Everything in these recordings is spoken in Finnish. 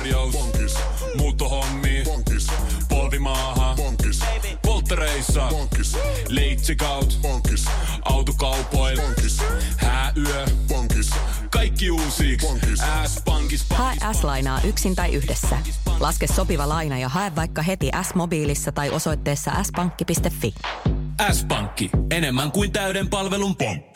tarjous. Bonkis. Muuttohommi. Bonkis. Polvimaaha. Bonkis. Polttereissa. Bonkis. Leitsikaut. Bonkis. Autokaupoil. Bonkis. Hääyö. Bonkis. Kaikki uusiiksi. S-pankis. Hae S-lainaa yksin tai yhdessä. Laske sopiva laina ja hae vaikka heti S-mobiilissa tai osoitteessa s-pankki.fi. S-pankki. Enemmän kuin täyden palvelun pankki.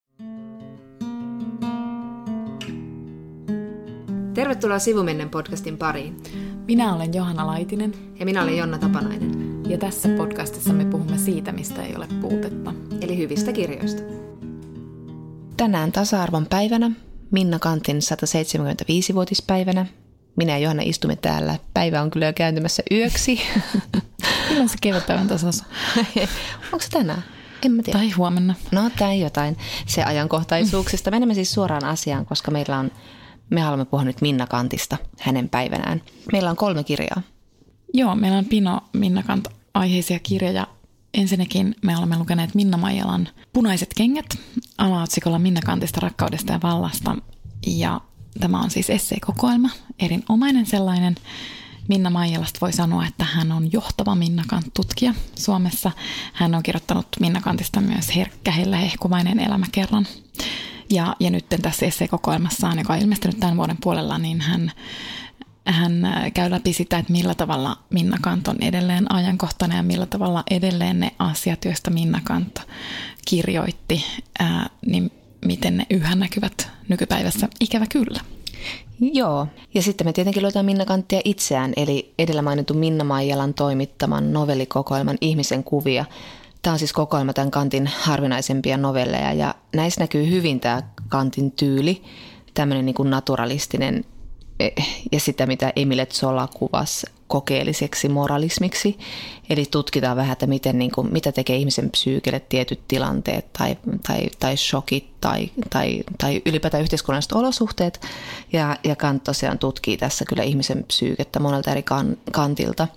Tervetuloa Sivumennen podcastin pariin. Minä olen Johanna Laitinen. Ja minä olen Jonna Tapanainen. Ja tässä podcastissa me puhumme siitä, mistä ei ole puutetta. Eli hyvistä kirjoista. Tänään tasa-arvon päivänä, Minna Canthin 175-vuotispäivänä. Minä ja Johanna istumme täällä. Päivä on kyllä jo kääntymässä yöksi. Milloin se kevätpäivän tasas? Onko se tänään? En mä tiedä. Tai huomenna. No, tää jotain. Se ajankohtaisuuksista. Menemme siis suoraan asiaan, koska me haluamme puhua nyt Minna Canthista, hänen päivänään. Meillä on 3 kirjaa. Joo, meillä on Pino Minna Canth aiheisia kirjoja. Ensinnäkin me olemme lukeneet Minna Maijalan Punaiset kengät alaotsikolla Minna Canthista, rakkaudesta ja vallasta. Ja tämä on siis esseekokoelma, erinomainen sellainen. Minna Maijalasta voi sanoa, että hän on johtava Minna Canth-tutkija Suomessa. Hän on kirjoittanut Minna Canthista myös Herkkä, hellä, hehkuvainen elämäkerran. Ja nyt tässä esseekokoelmassaan, joka on ilmestynyt tämän vuoden puolella, niin hän käy läpi sitä, että millä tavalla Minna Canth on edelleen ajankohtainen ja millä tavalla edelleen ne asiat, joista Minna Canth kirjoitti, niin miten ne yhä näkyvät nykypäivässä. Ikävä kyllä. Joo, ja sitten me tietenkin luetaan Minna Canthia itseään, eli edellä mainitun Minna Maijalan toimittaman novellikokoelman Ihmisen kuvia. Tämä on siis kokoelma tämän Canthin harvinaisempia novelleja, ja näissä näkyy hyvin tämä Canthin tyyli, tämmöinen niin kuin naturalistinen ja sitä, mitä Emile Zola kuvasi kokeelliseksi moralismiksi. Eli tutkitaan vähän, että mitä tekee ihmisen psyykelle tietyt tilanteet tai shokit tai ylipäätään yhteiskunnalliset olosuhteet. Ja Canth tosiaan tutkii tässä kyllä ihmisen psyykettä monelta eri kantilta.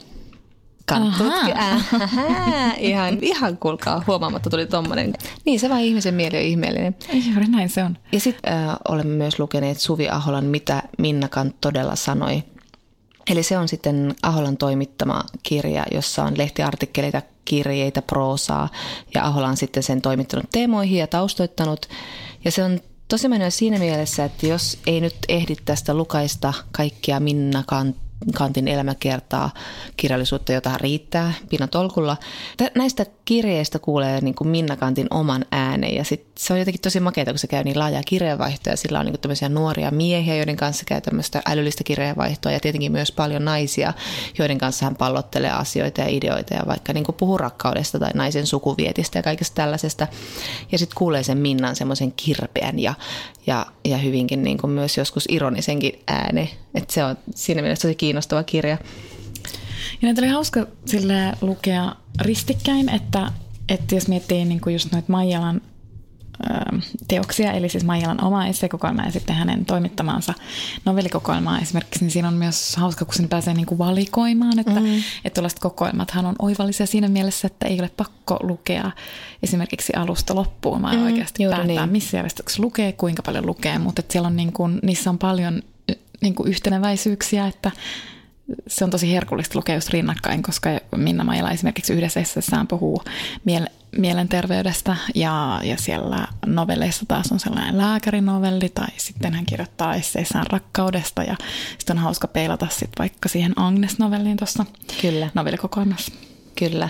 Ihan kuulkaa, huomaamatta tuli tommonen. Niin, se vaan ihmisen mieli on ihmeellinen. Juuri näin se on. Ja sitten olemme myös lukeneet Suvi Aholan Mitä Minna Canth todella sanoi. Eli se on sitten Aholan toimittama kirja, jossa on lehtiartikkeleita, kirjeitä, proosaa. Ja Ahola on sitten sen toimittanut teemoihin ja taustoittanut. Ja se on tosi mainio siinä mielessä, että jos ei nyt ehdi tästä lukaista kaikkia Minna Canthin elämäkertaa, kirjallisuutta, jota riittää pinatolkulla. Näistä kirjeistä kuulee niin kuin Minna Canthin oman äänen, ja sit se on jotenkin tosi makeata, kun se käy niin laajaa kirjeenvaihtoa, ja sillä on niin kuin tämmöisiä nuoria miehiä, joiden kanssa käy tämmöistä älyllistä kirjeenvaihtoa, ja tietenkin myös paljon naisia, joiden kanssa hän pallottelee asioita ja ideoita, ja vaikka niin kuin puhuu rakkaudesta tai naisen sukuvietistä ja kaikesta tällaisesta. Ja sitten kuulee sen Minnan semmoisen kirpeän ja hyvinkin niin kuin myös joskus ironisenkin äänen. Että se on siinä mielessä tosi kiinnostava kirja. Ja näitä oli hauska sille lukea ristikkäin, että jos miettii niin kuin just noita Maijalan teoksia, eli siis Maijalan oma esseekokoelma ja sitten hänen toimittamansa novellikokoelmaa esimerkiksi, niin siinä on myös hauska, kun sen pääsee niin kuin valikoimaan, että tällaiset kokoelmathan on oivallisia siinä mielessä, että ei ole pakko lukea esimerkiksi alusta loppuun, vaan oikeasti päättää, niin, missä järjestyksessä lukee, kuinka paljon lukee, mutta siellä on niin kuin, niissä on paljon niin kuin yhteneväisyyksiä, että se on tosi herkullista lukea just rinnakkain, koska Minna Maijala esimerkiksi yhdessä esseessään puhuu mielenterveydestä ja siellä novelleissa taas on sellainen lääkärinovelli tai sitten hän kirjoittaa esseissään rakkaudesta ja sitten on hauska peilata sitten vaikka siihen Agnes-novelliin tuossa novellikokoelmassa. Kyllä.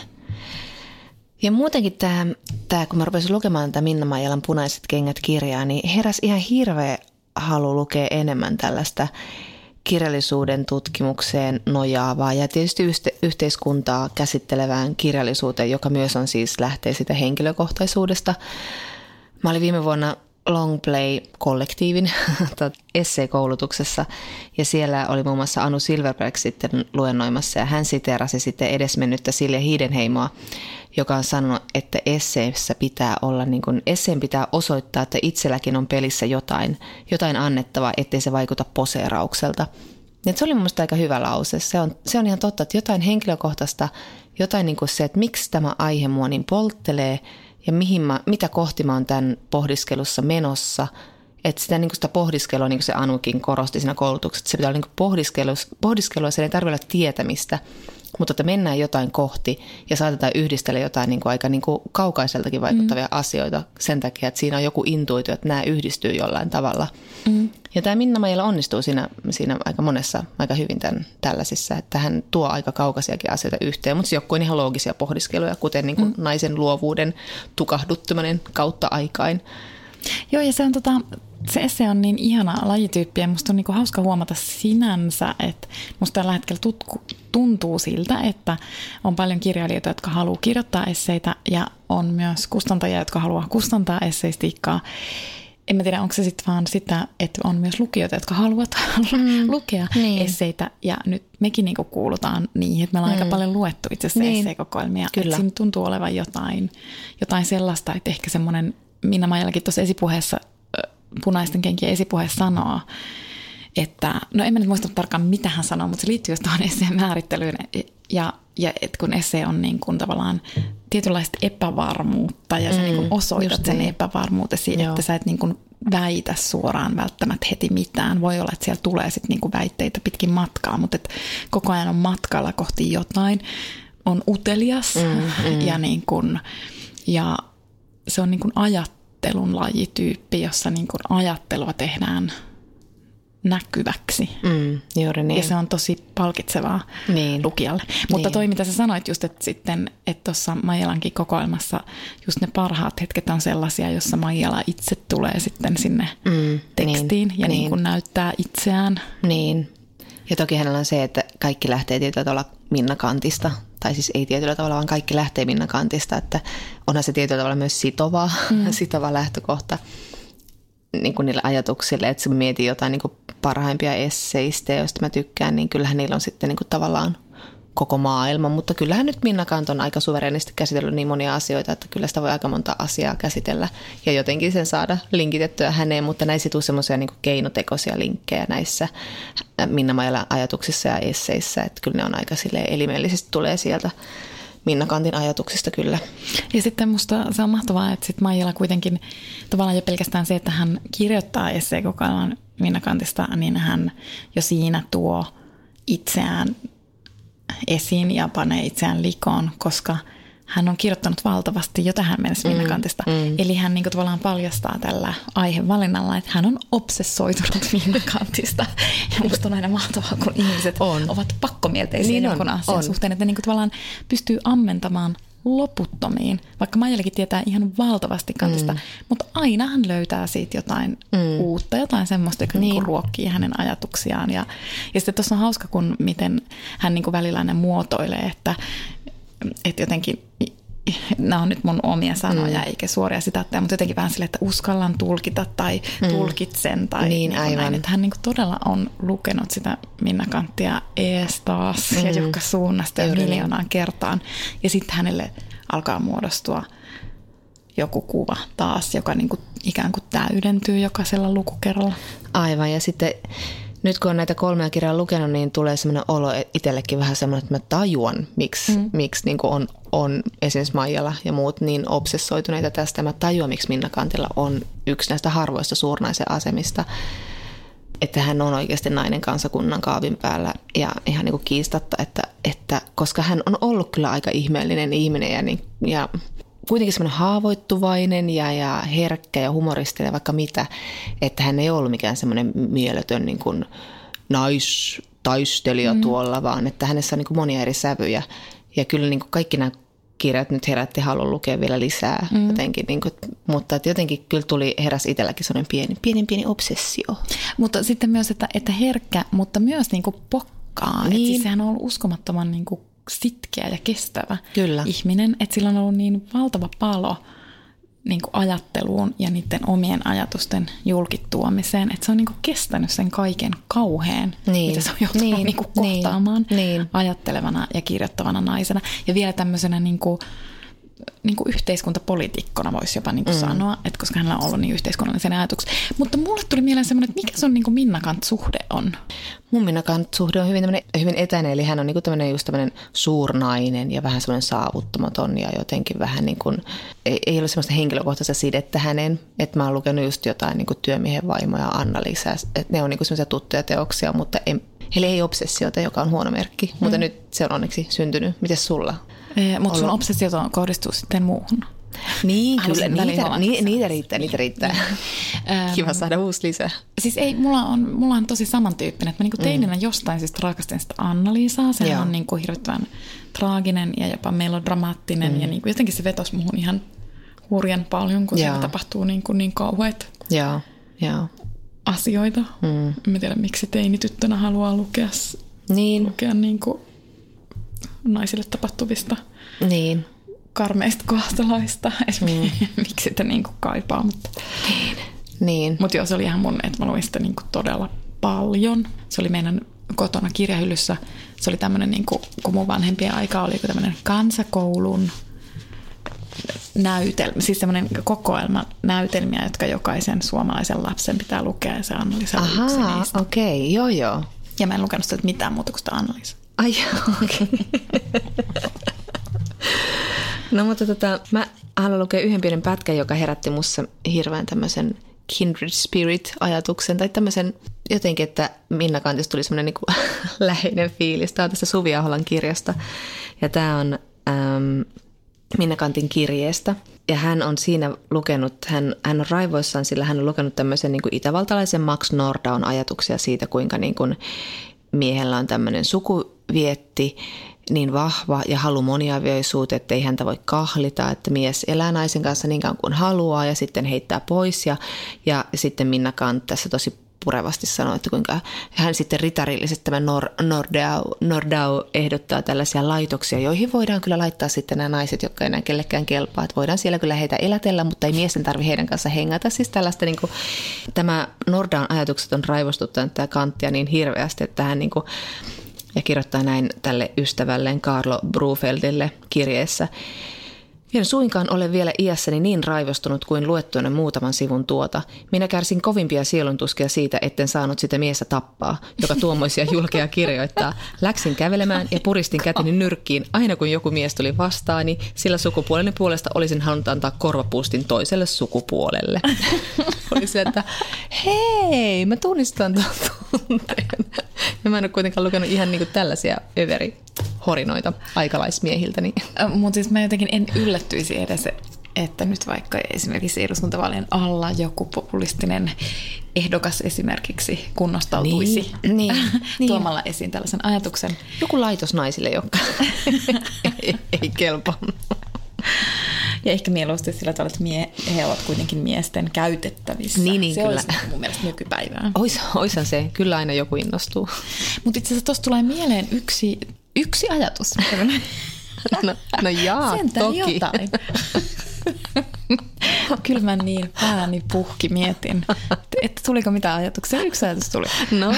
Ja muutenkin tämä, kun mä rupesin lukemaan tätä Minna Maijalan Punaiset kengät -kirjaa, niin heräsi ihan hirveä halu lukea enemmän tällaista kirjallisuuden tutkimukseen nojaavaa ja tietysti yhteiskuntaa käsittelevään kirjallisuuteen, joka myös on siis lähtee sitä henkilökohtaisuudesta. Mä olin viime vuonna Longplay-kollektiivin esseekoulutuksessa ja siellä oli muun muassa Anu Silverberg sitten luennoimassa ja hän siteerasi sitten edesmennyttä Silja Hiidenheimoa, joka on sanonut, että esseessä pitää olla, niin kuin, esseen pitää osoittaa, että itselläkin on pelissä jotain annettavaa, ettei se vaikuta poseeraukselta. Ja se oli mun mielestä aika hyvä lause. Se on ihan totta, että jotain henkilökohtaista, jotain niin kuin se, että miksi tämä aihe mua niin polttelee ja mitä kohti mä oon tämän pohdiskelussa menossa. Että sitä, niin sitä pohdiskelua, niin kuin se Anukin korosti siinä koulutuksessa, että se pitää olla niin pohdiskelua, se ei tarvitse olla tietämistä, mutta että mennään jotain kohti ja saatetaan yhdistellä jotain niin kuin aika niin kuin kaukaiseltakin vaikuttavia asioita sen takia, että siinä on joku intuitio, että nämä yhdistyy jollain tavalla. Ja tämä Minna Maijala onnistuu siinä aika monessa aika hyvin tällaisissa, että hän tuo aika kaukaisiakin asioita yhteen, mutta se joku on ihan loogisia pohdiskeluja, kuten niin kuin naisen luovuuden tukahduttaminen kautta aikain. Joo, ja se esse on niin ihana lajityyppi ja musta on niinku hauska huomata sinänsä, että musta tällä hetkellä tuntuu siltä, että on paljon kirjailijoita, jotka haluaa kirjoittaa esseitä ja on myös kustantajia, jotka haluaa kustantaa esseistiikkaa. En mä tiedä, onko se sitten vaan sitä, että on myös lukijoita, jotka haluavat lukea esseitä ja nyt mekin niinku kuulutaan niihin, että me ollaan aika paljon luettu itse asiassa esseekokoelmia. Siinä tuntuu olevan jotain sellaista, että ehkä semmoinen Minna Maijalakin tuossa esipuheessa, Punaisten kenkien esipuheessa sanoo, että, no en mä nyt muista tarkkaan mitä hän sanoo, mutta se liittyy just tuohon esseen määrittelyyn ja että kun esse on niin kuin tavallaan tietynlaista epävarmuutta ja sä niin kuin osoitat sen epävarmuutesi, että sä et niin kuin väitä suoraan välttämättä heti mitään. Voi olla, että siellä tulee sitten niin kuin väitteitä pitkin matkaa, mutta että koko ajan on matkalla kohti jotain, on utelias ja se on niin kuin ajattelun lajityyppi, jossa niin kuin ajattelua tehdään näkyväksi. Juuri niin. Ja se on tosi palkitsevaa lukijalle. Mutta toi, mitä sä sanoit just, että sitten, että tuossa Maijalankin kokoelmassa just ne parhaat hetket on sellaisia, jossa Maijala itse tulee sitten sinne tekstiin ja niin kuin näyttää itseään. Niin. Ja toki hänellä on se, että kaikki lähtee tietyllä tavalla Minna Kantista, tai siis ei tietyllä tavalla, vaan kaikki lähtee Minna Kantista, että onhan se tietyllä tavalla myös sitova lähtökohta niin kuin niille ajatuksille, että se mietii jotain niin kuin parhaimpia esseistä, joista mä tykkään, niin kyllähän niillä on sitten niin kuin tavallaan koko maailma, mutta kyllähän nyt Minna Kant on aika suvereenisti käsitellyt niin monia asioita, että kyllä sitä voi aika monta asiaa käsitellä ja jotenkin sen saada linkitettyä häneen, mutta näissä ei tule semmoisia niin kuin keinotekoisia linkkejä näissä Minna Maijalan ajatuksissa ja esseissä, että kyllä ne on aika silleen elimellisesti tulee sieltä Minna Kantin ajatuksista kyllä. Ja sitten musta se on mahtavaa, että sitten Maijala kuitenkin tavallaan jo pelkästään se, että hän kirjoittaa esseekokoelman Minna Kantista, niin hän jo siinä tuo itseään esiin ja panee itseään likoon, koska hän on kirjoittanut valtavasti jo tähän mennessä Minna Kantista. Eli hän niin kuin tavallaan paljastaa tällä aihevalinnalla, että hän on obsessoitunut Minna Kantista. Ja musta on aina mahtavaa, kun ihmiset ovat pakkomielteisiä niin jonkun asian suhteen, että ne niin kuin tavallaan pystyy ammentamaan loputtomiin. Vaikka Maijalakin tietää ihan valtavasti Kantista, mutta aina hän löytää siitä jotain uutta, jotain semmoista, joka niin kuin ruokkii hänen ajatuksiaan. Ja sitten tuossa on hauska, kun miten hän niin kuin välillä ne muotoilee, että jotenkin, nämä on nyt mun omia sanoja eikä suoria sitaatteja, mutta jotenkin vähän silleen, että uskallan tulkita tai tulkitsen tai niin näin. Että hän niin kuin todella on lukenut sitä Minna Kanttia ees taas ja joka suunnasta jo miljoonaan kertaan. Ja sitten hänelle alkaa muodostua joku kuva taas, joka niin kuin ikään kuin täydentyy jokaisella lukukerralla. Aivan, ja sitten nyt kun on näitä 3 kirjaa lukenut, niin tulee semmoinen olo itsellekin vähän semmoinen, että mä tajuan, miksi niin kuin on esimerkiksi Maijala ja muut niin obsessoituneita tästä. Mä tajuan, miksi Minna Kantilla on yksi näistä harvoista suurnaisen asemista, että hän on oikeasti nainen kansakunnan kaavin päällä ja ihan niin kuin kiistatta, että koska hän on ollut kyllä aika ihmeellinen ihminen ja kuitenkin semmoinen haavoittuvainen ja herkkä ja humoristinen ja vaikka mitä, että hän ei ollut mikään semmoinen mieletön niin kuin naistaistelija tuolla, vaan että hänessä on niin kuin monia eri sävyjä. Ja kyllä niin kuin kaikki nämä kirjat nyt herätti halun lukea vielä lisää jotenkin, niin kuin, mutta että jotenkin kyllä heräsi itselläkin sellainen pieni obsessio. Mutta sitten myös, että herkkä, mutta myös niin kuin pokkaa. Niin. Siis sehän on ollut uskomattoman niin kuin sitkeä ja kestävä ihminen, että sillä on ollut niin valtava palo niin kuin ajatteluun ja niiden omien ajatusten julkituomiseen, että se on niin kuin kestänyt sen kaiken kauheen, mitä se on joutunut niin kuin kohtaamaan ajattelevana ja kirjoittavana naisena. Ja vielä tämmöisenä niin kuin niin kuin yhteiskuntapoliitikkona voisi jopa niin kuin sanoa, että koska hänellä on ollut niin yhteiskunnallisen ajatuksen. Mutta mulle tuli mieleen semmoinen, että mikä sun niin kuin Minna Canth-suhde on? Mun Minna Canth-suhde on hyvin etäinen, eli hän on niin kuin tämmöinen suurnainen ja vähän semmoinen saavuttamaton ja jotenkin vähän niin kuin, ei ole semmoista henkilökohtaista sidettä häneen, että mä oon lukenut just jotain niin kuin Työmiehen vaimo ja Anna-Liisa, että ne on niin kuin semmoisia tuttuja teoksia, mutta heillä ei obsessiota, joka on huono merkki, mutta nyt se on onneksi syntynyt. Mites sulla? Mutta sun obsessiot kohdistuu sitten muuhun. Niin, kyllä. Niitä riittää. Kiva saada uusi lisää. Siis ei, mulla on tosi samantyyppinen. Että mä niinku teininä jostain siis rakastin sitä Anna-Liisaa. Se on niinku hirvittävän traaginen ja jopa melodramaattinen. Ja niinku jotenkin se vetosi muhun ihan hurjan paljon, kun siellä tapahtuu niin kauheita asioita. En tiedä, miksi teinityttönä haluaa lukea niinku naisille tapahtuvista karmeista kohtaloista. Miksi sitä niinku kaipaa. Mutta joo, se oli ihan mun, että mä luin sitä niinku todella paljon. Se oli meidän kotona kirjahyllyssä. Se oli tämmöinen, niinku, kun mun vanhempien aika oli tämmöinen kansakoulun näytelmä, siis semmoinen kokoelma näytelmiä, jotka jokaisen suomalaisen lapsen pitää lukea, ja se Anna-Liisa oli yksi niistä. Okei, joo. Ja mä en lukenut sitä mitään muuta kuin sitä Anna-Liisa. Ai okei. No mutta mä haluan lukea yhden pienen pätkän, joka herätti mussa hirveän tämmöisen kindred spirit-ajatuksen, tai tämmöisen jotenkin, että Minna Canthista tuli semmoinen niinku läheinen fiilis. Tämä on tästä Suvi Aholan kirjasta, ja tämä on Minna Canthin kirjeestä. Ja hän on siinä lukenut, hän on raivoissaan, sillä hän on lukenut tämmöisen niin kuin itävaltalaisen Max Nordaun ajatuksia siitä, kuinka niin kuin miehellä on tämmöinen sukuvietti niin vahva ja halu moniavioisuuteen, että ei häntä voi kahlita, että mies elää naisen kanssa niin kauan kuin haluaa ja sitten heittää pois. Ja sitten Minna Canth tässä tosi purevasti sanoi, että kuinka hän sitten ritarillisesti tämä Nordau ehdottaa tällaisia laitoksia, joihin voidaan kyllä laittaa sitten nämä naiset, jotka ei enää kellekään kelpaa. Että voidaan siellä kyllä heitä elätellä, mutta ei miesten tarvitse heidän kanssa hengata. Siis tällaista niin kuin, tämä Nordaun ajatukset on raivostuttanut tämä Canthia niin hirveästi, että hän niin kuin, ja kirjoittaa näin tälle ystävälleen Carlo Brufeldille kirjeessä. En suinkaan ole vielä iässäni niin raivostunut kuin luettuinen muutaman sivun tuota. Minä kärsin kovimpia sieluntuskia siitä, etten saanut sitä miestä tappaa, joka tuommoisia julkeja kirjoittaa. Läksin kävelemään ja puristin käteni nyrkkiin aina kun joku mies tuli vastaani, sillä sukupuoleni puolesta olisin halunnut antaa korvapuustin toiselle sukupuolelle. Oli se, että hei, mä tunnistan tuon tunteen. Ja mä en ole kuitenkaan lukenut ihan niin kuin tällaisia överihorinoita aikalaismiehiltä. Niin. Mutta siis mä jotenkin en yllättyisi edes, että nyt vaikka esimerkiksi eduskuntavaalien alla joku populistinen ehdokas esimerkiksi kunnostautuisi tuomalla esiin tällaisen ajatuksen. Joku laitos naisille, joka ei kelpaa. Ja ehkä mieluusti sillä tavalla, että he ovat kuitenkin miesten käytettävissä. Niin, se kyllä. olisi mun mielestä nykypäivää. Oishan se. Kyllä aina joku innostuu. Mutta itse asiassa tuossa tulee mieleen yksi ajatus. No jaa, sentään toki. Jotain. Kyllä mä niin pääni puhki mietin, että tuliko mitään ajatuksia. Yksi ajatus tuli. No.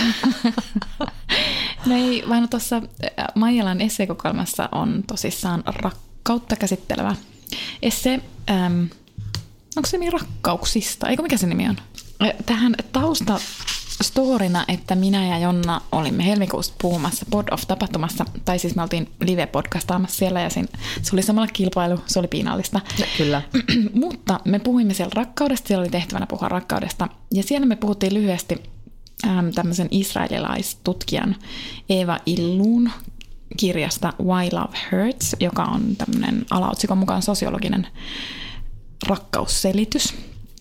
No ei, vaan tuossa Maijalan esseekokoelmassa on tosissaan rakkautta käsittelevä esse. Onko se nimi Rakkauksista? Eikö mikä se nimi on? Tähän taustastorina, että minä ja Jonna olimme helmikuussa puhumassa Pod Off-tapahtumassa, tai siis me oltiin live-podcastaamassa siellä ja se oli samalla kilpailu, se oli piinallista. Kyllä. Mutta me puhuimme siellä rakkaudesta, siellä oli tehtävänä puhua rakkaudesta ja siellä me puhuttiin lyhyesti tämmöisen israelilaistutkijan Eva Illuun kirjasta Why Love Hurts, joka on tämmöinen alaotsikon mukaan sosiologinen rakkausselitys.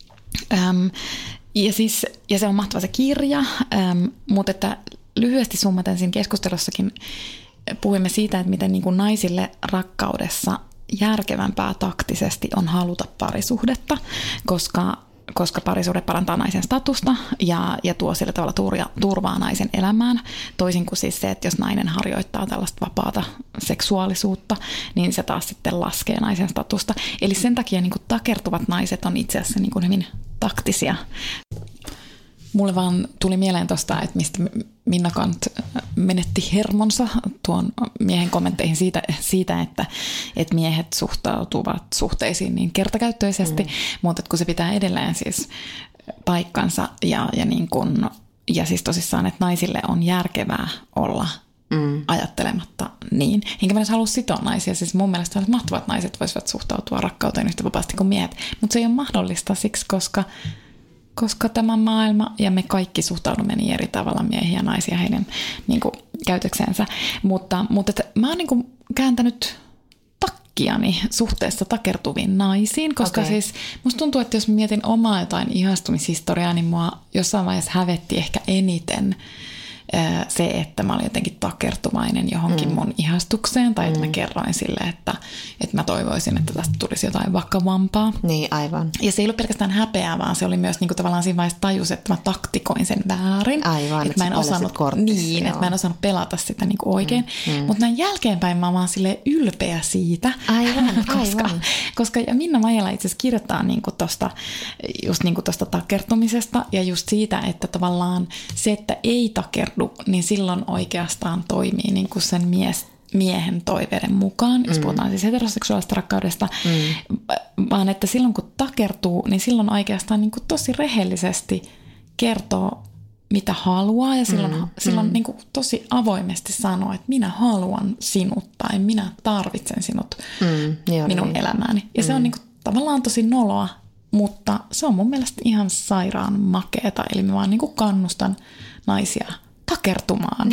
Ja se on mahtava se kirja, mutta että lyhyesti summaten siinä keskustelussakin puhuimme siitä, että miten niin kuin naisille rakkaudessa järkevämpää taktisesti on haluta parisuhdetta, koska parisuhde parantaa naisen statusta ja tuo sillä tavalla turvaa naisen elämään, toisin kuin siis se, että jos nainen harjoittaa tällaista vapaata seksuaalisuutta, niin se taas sitten laskee naisen statusta. Eli sen takia niin kuin takertuvat naiset on itse asiassa niin kuin hyvin taktisia. Mulle vaan tuli mieleen tuosta, että mistä Minna Canth menetti hermonsa tuon miehen kommentteihin siitä että miehet suhtautuvat suhteisiin niin kertakäyttöisesti, mutta kun se pitää edelleen siis paikkansa ja siis tosissaan, että naisille on järkevää olla ajattelematta niin. Enkä mä edes halua sitoa naisia. Siis mun mielestä on mahtavaa, että naiset voisivat suhtautua rakkauteen yhtä vapaasti kuin miehet. Mutta se ei ole mahdollista siksi, koska tämä maailma ja me kaikki suhtaudumme niin eri tavalla miehiä ja naisia heidän niin kuin, käytöksensä. Mutta mä oon niin kuin, kääntänyt takkiani suhteessa takertuviin naisiin, koska siis musta tuntuu, että jos mietin omaa jotain ihastumishistoriaa, niin mua jossain vaiheessa hävetti ehkä eniten se, että mä olin jotenkin takertuvainen johonkin mun ihastukseen, tai että mä kerroin sille, että mä toivoisin, että tästä tulisi jotain vakavampaa. Niin, aivan. Ja se ei ollut pelkästään häpeää, vaan se oli myös niin kuin tavallaan siinä vaiheessa tajus, että mä taktikoin sen väärin. Aivan, että mä en osannut että mä en osannut pelata sitä niin kuin oikein. Mutta näin jälkeenpäin mä oon vaan silleen ylpeä siitä. Aivan, koska ja Minna Maijala itse asiassa kirjoittaa niin kuin just niin kuin tosta takertumisesta ja just siitä, että tavallaan se, että ei takerdu, niin silloin oikeastaan toimii niin kuin sen miehen toiveiden mukaan, jos puhutaan siis heteroseksuaalista rakkaudesta, vaan että silloin kun takertuu, niin silloin oikeastaan niin kuin tosi rehellisesti kertoo, mitä haluaa ja silloin niin kuin tosi avoimesti sanoo, että minä haluan sinut tai minä tarvitsen sinut minun elämääni. Ja se on niin kuin tavallaan tosi noloa, mutta se on mun mielestä ihan sairaan makeeta, eli mä vaan niin kuin kannustan naisia takertumaan.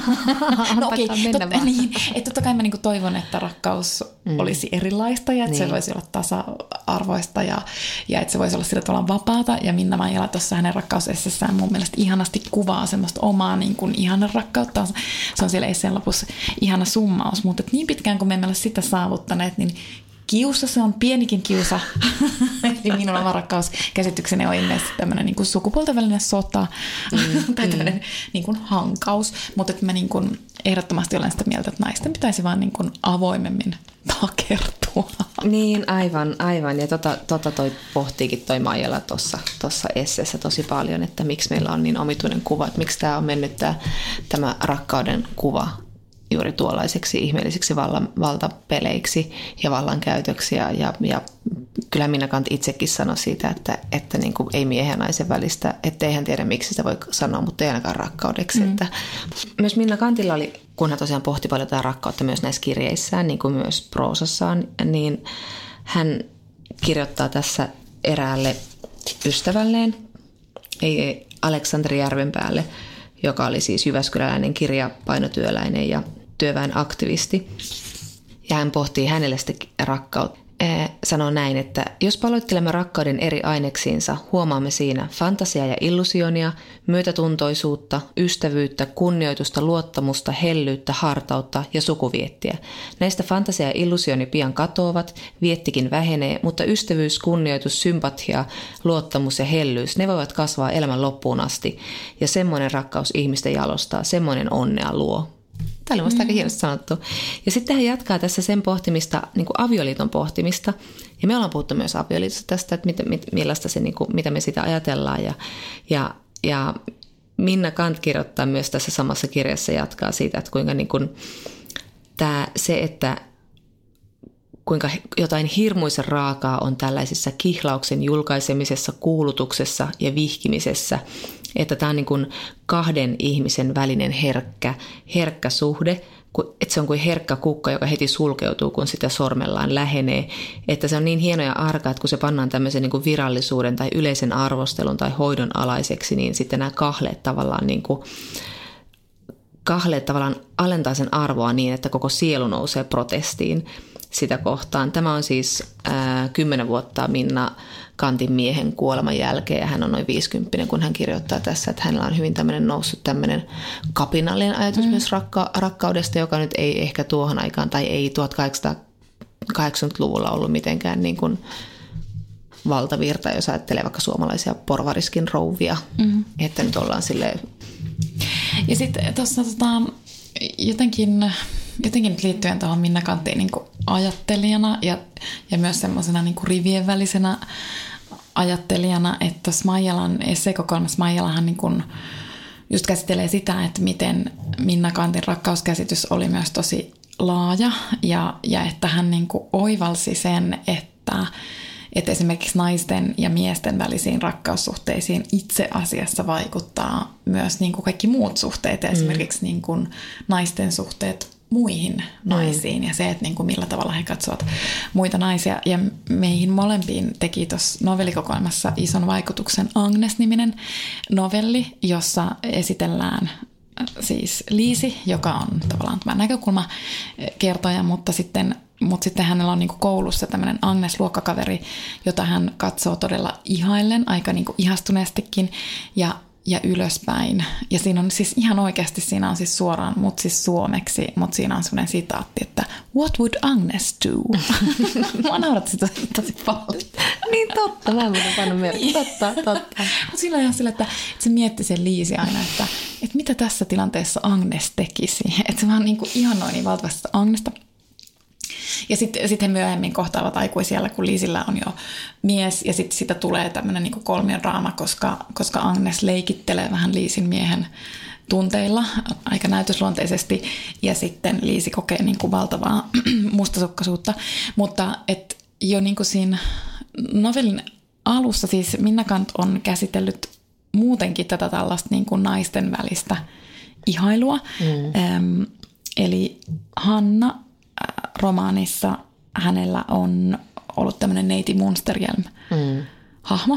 No okei, totta kai mä niinku toivon, että rakkaus olisi erilaista ja että se voisi olla tasa-arvoista ja että se voisi olla sillä tavalla vapaata. Ja Minna Maijala tuossa hänen rakkausessessään mun mielestä ihanasti kuvaa semmoista omaa niin kuin ihana rakkautta. Se on siellä esseen lopussa ihana summaus, mutta niin pitkään kun me emme ole sitä saavuttaneet, niin kiusa, se on pienikin kiusa. Eli minun oma rakkauskäsitykseni on ilmeisesti tämmöinen niin kuin sukupuolten välinen sota tai tämmöinen niin kuin hankaus. Mutta mä niin kuin ehdottomasti olen sitä mieltä, että naisten pitäisi vaan niin kuin avoimemmin takertua. Niin, aivan. Ja toi pohtiikin toi Maijala tuossa esseessä tosi paljon, että miksi meillä on niin omituinen kuva, että miksi tämä on mennyt tämä rakkauden kuva juuri tuollaiseksi ihmeellisiksi valtapeleiksi ja vallankäytöksi. Ja kyllä Minna Kant itsekin sanoi siitä, että niin kuin ei miehen ja naisen välistä, että eihän tiedä miksi sitä voi sanoa, mutta ei ainakaan rakkaudeksi. Että myös Minna Kantilla oli, kun hän tosiaan pohti paljon tätä rakkautta myös näissä kirjeissään, niin kuin myös proosassaan, niin hän kirjoittaa tässä eräälle ystävälleen, Aleksanteri Järvenpäälle, joka oli siis jyväskyläläinen kirjapainotyöläinen ja työväenaktivisti. Ja hän pohtii hänelle sitä rakkautta. Sanoo näin, että jos paloittelemme rakkauden eri aineksiinsa, huomaamme siinä fantasiaa ja illusionia, myötätuntoisuutta, ystävyyttä, kunnioitusta, luottamusta, hellyyttä, hartautta ja sukuviettiä. Näistä fantasia ja illusioni pian katoavat, viettikin vähenee, mutta ystävyys, kunnioitus, sympatia, luottamus ja hellyys, ne voivat kasvaa elämän loppuun asti. Ja semmoinen rakkaus ihmistä jalostaa, semmoinen onnea luo. Tämä oli musta aika hienosti sanottu. Ja sitten hän jatkaa tässä sen pohtimista, niin kuin avioliiton pohtimista. Ja me ollaan puhuttu myös avioliitosta tästä, että millaista se, niin kuin, mitä me sitä ajatellaan. Ja Minna Kant kirjoittaa myös tässä samassa kirjassa, jatkaa siitä, että kuinka niin kuin, että kuinka jotain hirmuisen raakaa on tällaisessa kihlauksen julkaisemisessa, kuulutuksessa ja vihkimisessä. Että tämä on niin kuin kahden ihmisen välinen herkkä suhde, että se on kuin herkkä kukka, joka heti sulkeutuu, kun sitä sormellaan lähenee. Että se on niin hieno ja arka, että kun se pannaan tämmöisen niin kuin virallisuuden tai yleisen arvostelun tai hoidon alaiseksi, niin sitten nämä kahleet tavallaan alentaa sen arvoa niin, että koko sielu nousee protestiin sitä kohtaan. Tämä on siis 10 vuotta Minna Kantin miehen kuoleman jälkeen, ja hän on noin 50, kun hän kirjoittaa tässä, että hänellä on hyvin tämmöinen noussut tämmöinen kapinallinen ajatus myös rakkaudesta, joka nyt ei ehkä tuohon aikaan tai ei 1880-luvulla ollut mitenkään niin kuin valtavirta, jos ajattelee vaikka suomalaisia porvariskin rouvia, että nyt ollaan silleen. Ja sitten tuossa jotenkin nyt liittyen tuohon Minna Kanttiin niin kuin ajattelijana ja myös semmoisena niin kuin rivien välisenä ajattelijana, että tuossa Maijalan esseekokoelmassa Maijalahan niin kuin just käsittelee sitä, että miten Minna Canthin rakkauskäsitys oli myös tosi laaja ja että hän niin kuin oivalsi sen, että esimerkiksi naisten ja miesten välisiin rakkaussuhteisiin itse asiassa vaikuttaa myös niin kuin kaikki muut suhteet, esimerkiksi niin kuin naisten suhteet muihin naisiin ja se, että niin kuin millä tavalla he katsovat muita naisia. Ja meihin molempiin teki tuossa novellikokoelmassa ison vaikutuksen Agnes-niminen novelli, jossa esitellään siis Liisi, joka on tavallaan tämä näkökulmakertoja, mutta sitten hänellä on niin kuin koulussa tämmöinen Agnes-luokkakaveri, jota hän katsoo todella ihaillen, aika niin kuin ihastuneestikin ja ylöspäin. Ja siinä on siis ihan oikeasti, siinä on siis suoraan, mutta siis suomeksi, mutta siinä on semmoinen sitaatti, että what would Agnes do? Mä nauratti sitä tosi paljon. Niin totta, mä en muuten pannut merkki. Totta. Mutta sillä on ihan sillä, että se mietti sen Liisi aina, että mitä tässä tilanteessa Agnes tekisi. Että se vaan niin kuin ihannoi niin valtavasti Agnesta. Ja sitten he myöhemmin kohtaavat aikuisiellä, kun Liisillä on jo mies, ja sitten siitä tulee tämmöinen niin kuin kolmiodraama, koska Agnes leikittelee vähän Liisin miehen tunteilla aika näytösluonteisesti, ja sitten Liisi kokee niin kuin valtavaa mustasukkaisuutta. Mutta et jo niin kuin siinä novellin alussa siis Minna Canth on käsitellyt muutenkin tätä tällaista niin kuin naisten välistä ihailua. Eli Hanna romaanissa hänellä on ollut tämmöinen neiti Munsterhjelm-hahmo.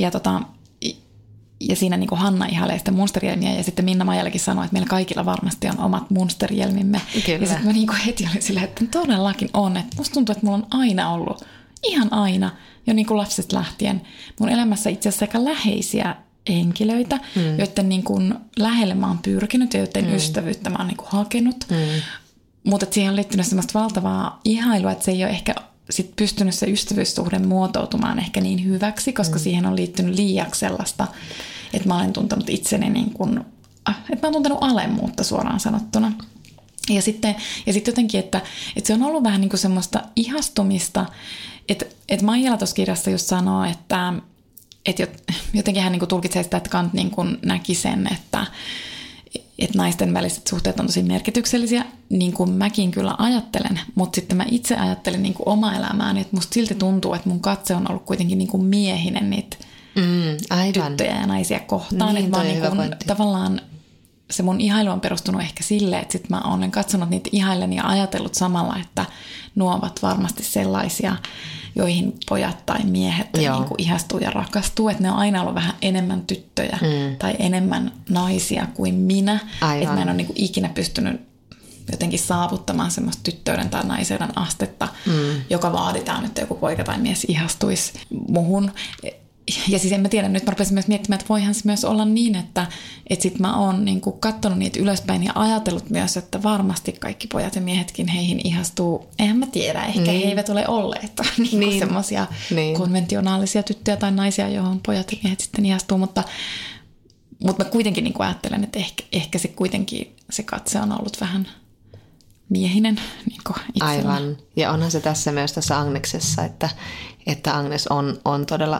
Ja siinä niin kuin Hanna ihailee sitä Munsterhjelmiä ja sitten Minna Maijalakin sanoi, että meillä kaikilla varmasti on omat Munsterhjelmimme. Kyllä. Ja sitten mä niin kuin heti olin silleen, että todellakin on. Että musta tuntuu, että mulla on aina ollut, ihan aina, jo niin kuin lapsesta lähtien, mun elämässä itse asiassa aika läheisiä henkilöitä, joiden niin kuin lähelle mä oon pyrkinyt ja joiden ystävyyttä mä oon niin kuin hakenut. Mutta siihen on liittynyt semmoista valtavaa ihailua, että se ei ole ehkä sit pystynyt se ystävyyssuhde muotoutumaan ehkä niin hyväksi, koska siihen on liittynyt liiaksi sellaista, että mä olen tuntenut itseni niin kuin, että mä oon tuntenut alemmuutta suoraan sanottuna. Ja sitten jotenkin, että se on ollut vähän niin kuin semmoista ihastumista, että Maijala tuossa kirjassa just sanoo, että jotenkin hän niin kuin tulkitsee sitä, että Canth niin kuin näki sen, että naisten väliset suhteet on tosi merkityksellisiä, niin kuin mäkin kyllä ajattelen, mutta sitten mä itse ajattelen niin kuin omaa elämääni, että musta silti tuntuu, että mun katse on ollut kuitenkin niin kuin miehinen niitä tyttöjä ja naisia kohtaan. Niin, että niin kuin, tavallaan se mun ihailu on perustunut ehkä silleen, että sit mä olen katsonut niitä ihaillen ja ajatellut samalla, että nuo ovat varmasti sellaisia, joihin pojat tai miehet niin kuin ihastuu ja rakastuu. Että ne on aina ollut vähän enemmän tyttöjä tai enemmän naisia kuin minä. Että mä en ole niin kuin ikinä pystynyt jotenkin saavuttamaan semmoista tyttöyden tai naisen astetta, joka vaaditaan, että joku poika tai mies ihastuisi muhun. Ja siis en mä tiedä, nyt mä rupesin myös miettimään, että voihan se myös olla niin, että sit mä oon niinku katsonut niitä ylöspäin ja ajatellut myös, että varmasti kaikki pojat ja miehetkin heihin ihastuu. Eihän mä tiedä, ehkä he eivät ole olleet niin. semmoisia konventionaalisia tyttöjä tai naisia, johon pojat ja miehet sitten ihastuu, mutta mä kuitenkin niinku ajattelen, että ehkä se kuitenkin se katse on ollut vähän miehinen niin itsellä. Aivan. Ja onhan se tässä myös tässä Agneksessa, että Agnes on todella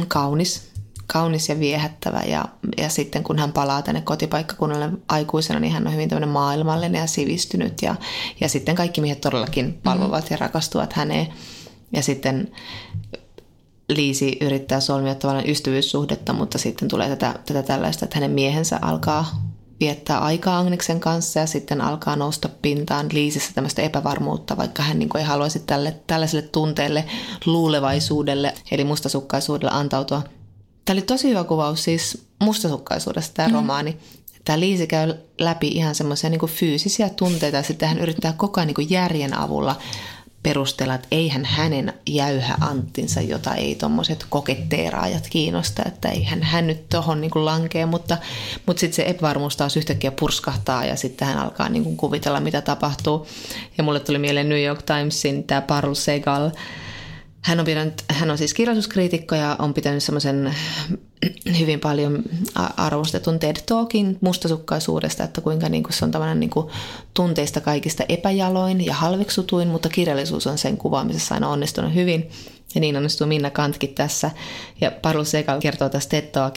kaunis ja viehättävä. Ja sitten kun hän palaa tänne kotipaikkakunnalle aikuisena, niin hän on hyvin tämmöinen maailmallinen ja sivistynyt. Ja sitten kaikki miehet todellakin palvovat ja rakastuvat häneen. Ja sitten Liisi yrittää solmia tavallaan ystävyyssuhdetta, mutta sitten tulee tätä tällaista, että hänen miehensä alkaa viettää aikaa Agneksen kanssa ja sitten alkaa nousta pintaan Liisissä tämmöistä epävarmuutta, vaikka hän niin kuin ei haluaisi tällaiselle tunteelle, luulevaisuudelle eli mustasukkaisuudelle antautua. Tämä oli tosi hyvä kuvaus siis mustasukkaisuudesta tämä romaani. Tämä Liisi käy läpi ihan semmoisia niin kuin fyysisiä tunteita ja sitten hän yrittää koko ajan niin kuin järjen avulla perustella, että eihän hänen jäyhä Anttinsa, jota ei tommoset koketteeraajat kiinnosta, että eihän hän nyt tohon niin kuin lankee, mutta sitten se epävarmuus taas yhtäkkiä purskahtaa ja sitten hän alkaa niin kuin kuvitella, mitä tapahtuu. Ja mulle tuli mieleen New York Timesin tämä Parul Sehgal. Hän on siis kirjallisuuskriitikko ja on pitänyt semmoisen hyvin paljon arvostetun TED Talkin mustasukkaisuudesta, että kuinka niin kuin se on tämmöinen niin kuin tunteista kaikista epäjaloin ja halveksutuin, mutta kirjallisuus on sen kuvaamisessa aina onnistunut hyvin. Ja niin onnistuu Minna Canthkin tässä. Ja Parul Sehgal kertoo tässä TED Talkissa,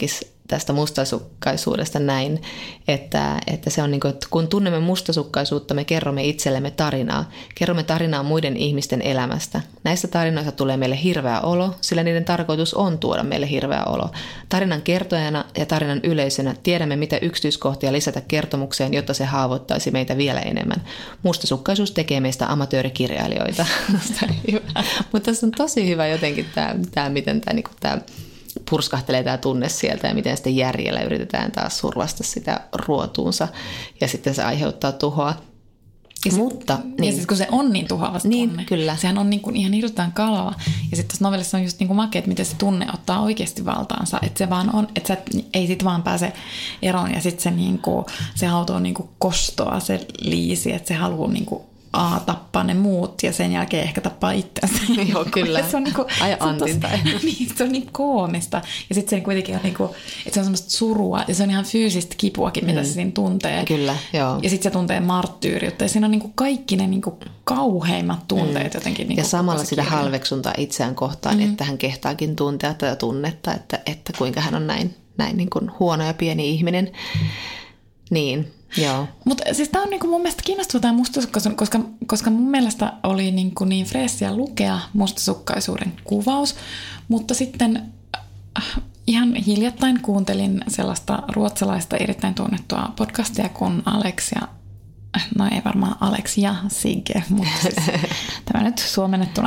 tästä mustasukkaisuudesta näin, että se on niin kuin, että kun tunnemme mustasukkaisuutta, me kerromme itsellemme tarinaa. Kerromme tarinaa muiden ihmisten elämästä. Näistä tarinoista tulee meille hirveä olo, sillä niiden tarkoitus on tuoda meille hirveä olo. Tarinan kertojana ja tarinan yleisönä tiedämme, mitä yksityiskohtia lisätä kertomukseen, jotta se haavoittaisi meitä vielä enemmän. Mustasukkaisuus tekee meistä amatöörikirjailijoita. Mutta tässä on tosi hyvä jotenkin tämä miten tämä purskahtelee tämä tunne sieltä ja miten sitten järjellä yritetään taas survasta sitä ruotuunsa ja sitten se aiheuttaa tuhoa. Mutta, niin. Ja siis kun se on niin tuhoava se niin, tunne, kyllä. Sehän on niin kuin ihan hirveän kalava. Ja sitten tässä novellissa on just niin kuin makea, että miten se tunne ottaa oikeasti valtaansa. Että se vaan on, että ei sit vaan pääse eroon ja sitten se, niin kuin, se auto on niin kuin kostoa se liisi, että se haluaa niin kuin tappaa ne muut ja sen jälkeen ehkä tappaa itseänsä. Joo, kyllä. Se on niinku, Antinta. Niin, se on niin koomista. Ja sitten se kuitenkin on niinku, että se on semmoista surua ja se on ihan fyysistä kipuakin, mitä se siinä tuntee. Kyllä, joo. Ja sitten se tuntee marttyyriutta ja siinä on niinku kaikki ne niinku kauheimmat tunteet jotenkin. Niinku ja samalla sitä halveksuntaa itseään kohtaan, että hän kehtaakin tuntea tätä tunnetta, että kuinka hän on näin niin kuin huono ja pieni ihminen. Niin. Joo. Mutta siis tämä on niinku mun mielestä kiinnostava tämä mustasukkaisuus, koska mun mielestä oli niin freessiä lukea mustasukkaisuuden kuvaus, mutta sitten ihan hiljattain kuuntelin sellaista ruotsalaista erittäin tunnettua podcastia kuin Alex ja, no ei varmaan Alex ja Sigge, mutta siis tämä nyt suomennettuna.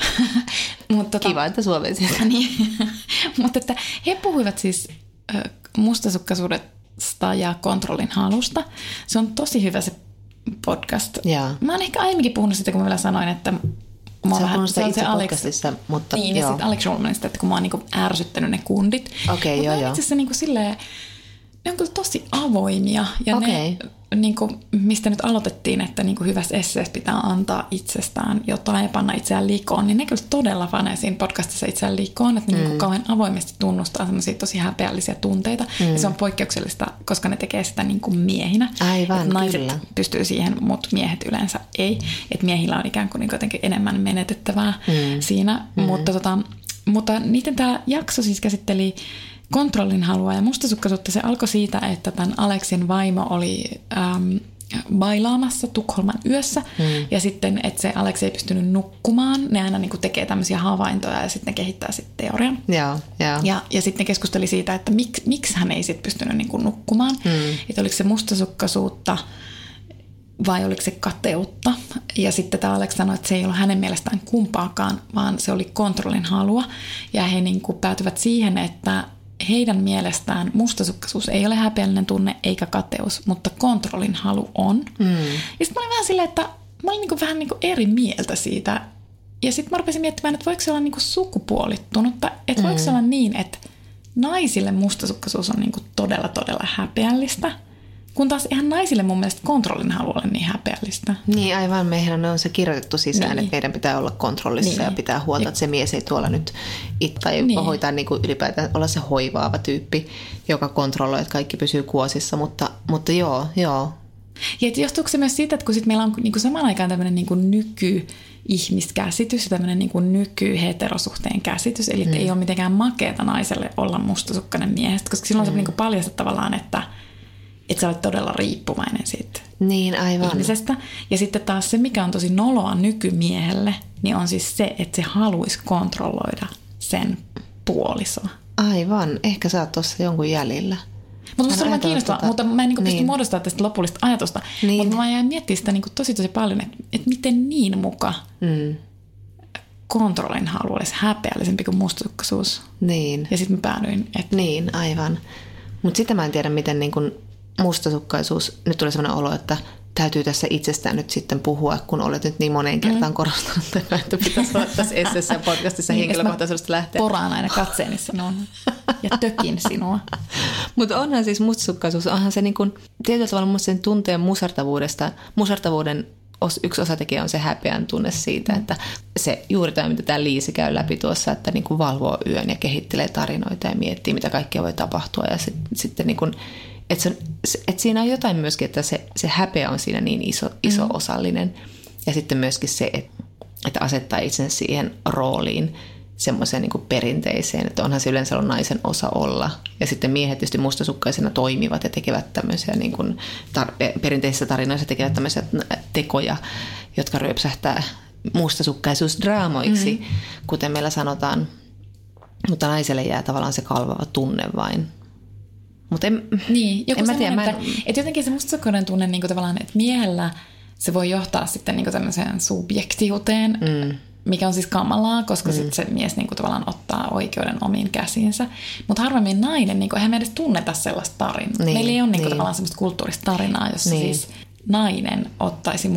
Kiva, että suomensit. Niin, mutta että he puhuivat siis mustasukkaisuudesta ja kontrollin halusta. Se on tosi hyvä se podcast. Jaa. Mä oon ehkä aiemminkin puhunut sitä, kun mä vielä sanoin, että se itse podcastissa, mutta niin, ja sitten Alex Schulmanista, että kun mä oon niinku ärsyttänyt ne kundit. Okei, joo. Itse asiassa niinku silleen, ne on kyllä tosi avoimia ja ne, niinku, mistä nyt aloitettiin, että niinku hyvässä esseessä pitää antaa itsestään jotain ja panna itseään likoon, niin ne kyllä todella fanee siinä podcastissa itseään likoon, että ne niinku kauhean avoimesti tunnustaa semmoisia tosi häpeällisiä tunteita. Ja se on poikkeuksellista, koska ne tekee sitä niinku miehinä. Aivan, naiset kyllä. pystyy siihen, mutta miehet yleensä ei. Että miehillä on ikään kuin niinku jotenkin enemmän menetettävää siinä. Mutta niiden tämä jakso siis käsitteli kontrollin halua ja mustasukkaisuutta. Se alkoi siitä, että tämän Aleksin vaimo oli bailaamassa Tukholman yössä ja sitten, että se Alex ei pystynyt nukkumaan. Ne aina niin kuin tekee tämmöisiä havaintoja ja sitten ne kehittää sitten teorian. Ja sitten ne keskusteli siitä, että miksi hän ei sitten pystynyt niin kuin nukkumaan. Että oliko se mustasukkaisuutta vai oliko se kateutta. Ja sitten tämä Alex sanoi, että se ei ollut hänen mielestään kumpaakaan, vaan se oli kontrollin halua. Ja he niin kuin päätyvät siihen, että heidän mielestään mustasukkaisuus ei ole häpeällinen tunne eikä kateus, mutta kontrollin halu on. Ja sitten mä olin vähän silleen, että mä olin niinku vähän niinku eri mieltä siitä. Ja sitten mä rupesin miettimään, että voiko se olla niinku sukupuolittunutta, että voiko se olla niin, että naisille mustasukkaisuus on niinku todella, todella häpeällistä, kun taas ihan naisille mun mielestä kontrollin halu ole niin häpeällistä. Niin aivan, meidän on se kirjoitettu sisään, että meidän pitää olla kontrollissa ja pitää huolta, että se mies ei tuolla nyt tai hoitaa niin kuin ylipäätään olla se hoivaava tyyppi, joka kontrolloi, että kaikki pysyy kuosissa, mutta joo. Ja johtuuko se myös siitä, että kun sit meillä on niin samaan aikaan tämmöinen niin nyky-ihmiskäsitys ja tämmöinen niin nyky-heterosuhteen käsitys, eli ei ole mitenkään makeata naiselle olla mustasukkainen miehestä, koska silloin se niin paljastat tavallaan, että sä olet todella riippuvainen siitä ihmisestä. Ja sitten taas se, mikä on tosi noloa nykymiehelle, niin on siis se, että se haluaisi kontrolloida sen puolisoa. Aivan. Ehkä sä oot tuossa jonkun jäljellä. Mutta musta on kiinnostavaa, mutta mä en pysty muodostamaan tästä lopullista ajatusta. Mutta mä jäin miettimään sitä tosi paljon, että miten niin muka kontrollin halu olisi häpeällisempi kuin mustasukkaisuus. Niin. Ja sitten mä päädyin, että niin, aivan. Mutta sitä mä en tiedä, miten niin kun mustasukkaisuus, nyt tulee sellainen olo, että täytyy tässä itsestään nyt sitten puhua, kun olet nyt niin moneen kertaan korostanut, että pitäisi olla tässä essessä ja podcastissa henkilökohtaisuudesta lähteä. Poraan aina katseeni sinun ja tökin sinua. Mutta onhan siis mustasukkaisuus, onhan se niin kuin, tietyllä tavalla musta sen tunteen musartavuuden yksi osatekijä on se häpeän tunne siitä, että se juuri tämä, mitä tämä Liisi käy läpi tuossa, että niin kuin valvoo yön ja kehittelee tarinoita ja miettii, mitä kaikkea voi tapahtua. Ja sitten niin kuin, että siinä on jotain myöskin, että se häpeä on siinä niin iso osallinen. Ja sitten myöskin se, että asettaa itsensä siihen rooliin, semmoiseen niin kuin perinteiseen, että onhan se yleensä ollut naisen osa olla. Ja sitten miehet tietysti mustasukkaisena toimivat ja tekevät tämmöisiä niin kuin perinteisissä tarinoissa tekevät tämmöisiä tekoja, jotka ryöpsähtää mustasukkaisuusdraamoiksi, kuten meillä sanotaan. Mutta naiselle jää tavallaan se kalvava tunne vain. Mutta en mä tiedä. Että jotenkin se mustasukkainen tunne niin kuin tavallaan, että miehellä se voi johtaa sitten niin kuin tämmöiseen subjektiuteen, mikä on siis kamalaa, koska sitten se mies niin kuin tavallaan ottaa oikeuden omiin käsiinsä. Mutta harvemmin nainen, niin kuin, eihän me edes tunneta sellaista tarinaa. Meillä ei ole niin kuin tavallaan semmoista kulttuurista tarinaa, jossa siis nainen ottaisi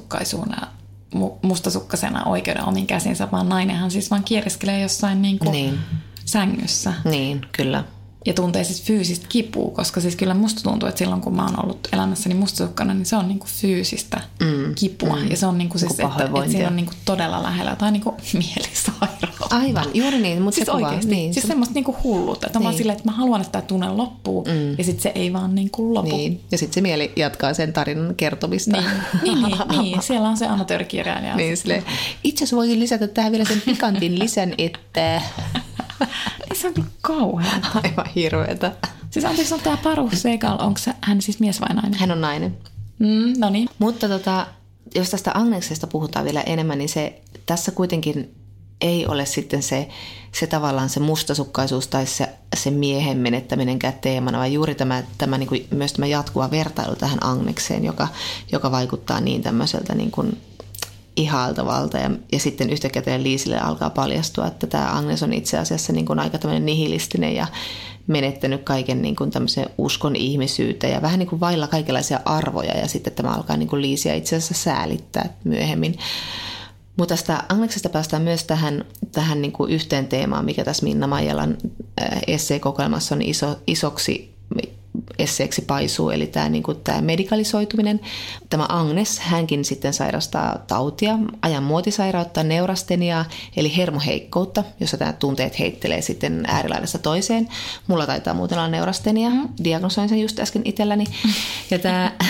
mustasukkaisena oikeuden omiin käsinsä, vaan nainenhan siis vaan kieriskelee jossain niin kuin sängyssä. Niin, kyllä. Ja tuntee siis fyysistä kipua, koska siis kyllä musta tuntuu, että silloin kun mä oon ollut elämässäni mustasukkana, niin se on niinku fyysistä kipua. Ja se on niinku siis, että siinä on niinku todella lähellä jotain niinku mielisairautta. Aivan, juuri niin, mutta siis se kuva. Niin. Siis semmoista niinku hulluutta, että on vaan silleen, että mä haluan, että tämä tunne loppuu, ja sitten se ei vaan niinku lopu. Niin. Ja sitten se mieli jatkaa sen tarinan kertomista. Niin. Siellä on se amatöörikirjailija. Niin, itse asiassa voisin lisätä tähän vielä sen pikantin lisän, että... Se on kyllä kauheaa. Aivan hirveetä. Siis anteeksi, on tämä Paru Segal, onko hän siis mies vai nainen? Hän on nainen. No niin. Mutta jos tästä Agneksesta puhutaan vielä enemmän, niin se tässä kuitenkin ei ole sitten se tavallaan se mustasukkaisuus tai se miehen menettäminenkään teemana, vaan juuri tämä niin kuin, myös tämä jatkuva vertailu tähän Agnekseen, joka vaikuttaa niin tämmöiseltä niin kuin ihailtavalta ja sitten yhtäkkiä teille Liisille alkaa paljastua, että tämä Agnes on itse asiassa niin kuin aika tämmöinen nihilistinen ja menettänyt kaiken niin kuin tämmöisen uskon ihmisyyteen ja vähän niin kuin vailla kaikenlaisia arvoja ja sitten tämä alkaa niin kuin Liisiä itse asiassa säälittää myöhemmin. Mutta tästä Agneksesta päästään myös tähän niin kuin yhteen teemaan, mikä tässä Minna Maijalan esseekokoelmassa on isoksi esseeksi paisuu, eli tämä medikalisoituminen. Tämä Agnes, hänkin sitten sairastaa tautia, ajan muotisairautta, neurasteniaa, eli hermoheikkoutta, jossa tämä tunteet heittelee sitten äärilaidasta toiseen. Mulla taitaa muuten olla neurastenia, diagnosoin sen just äsken itselläni. Ja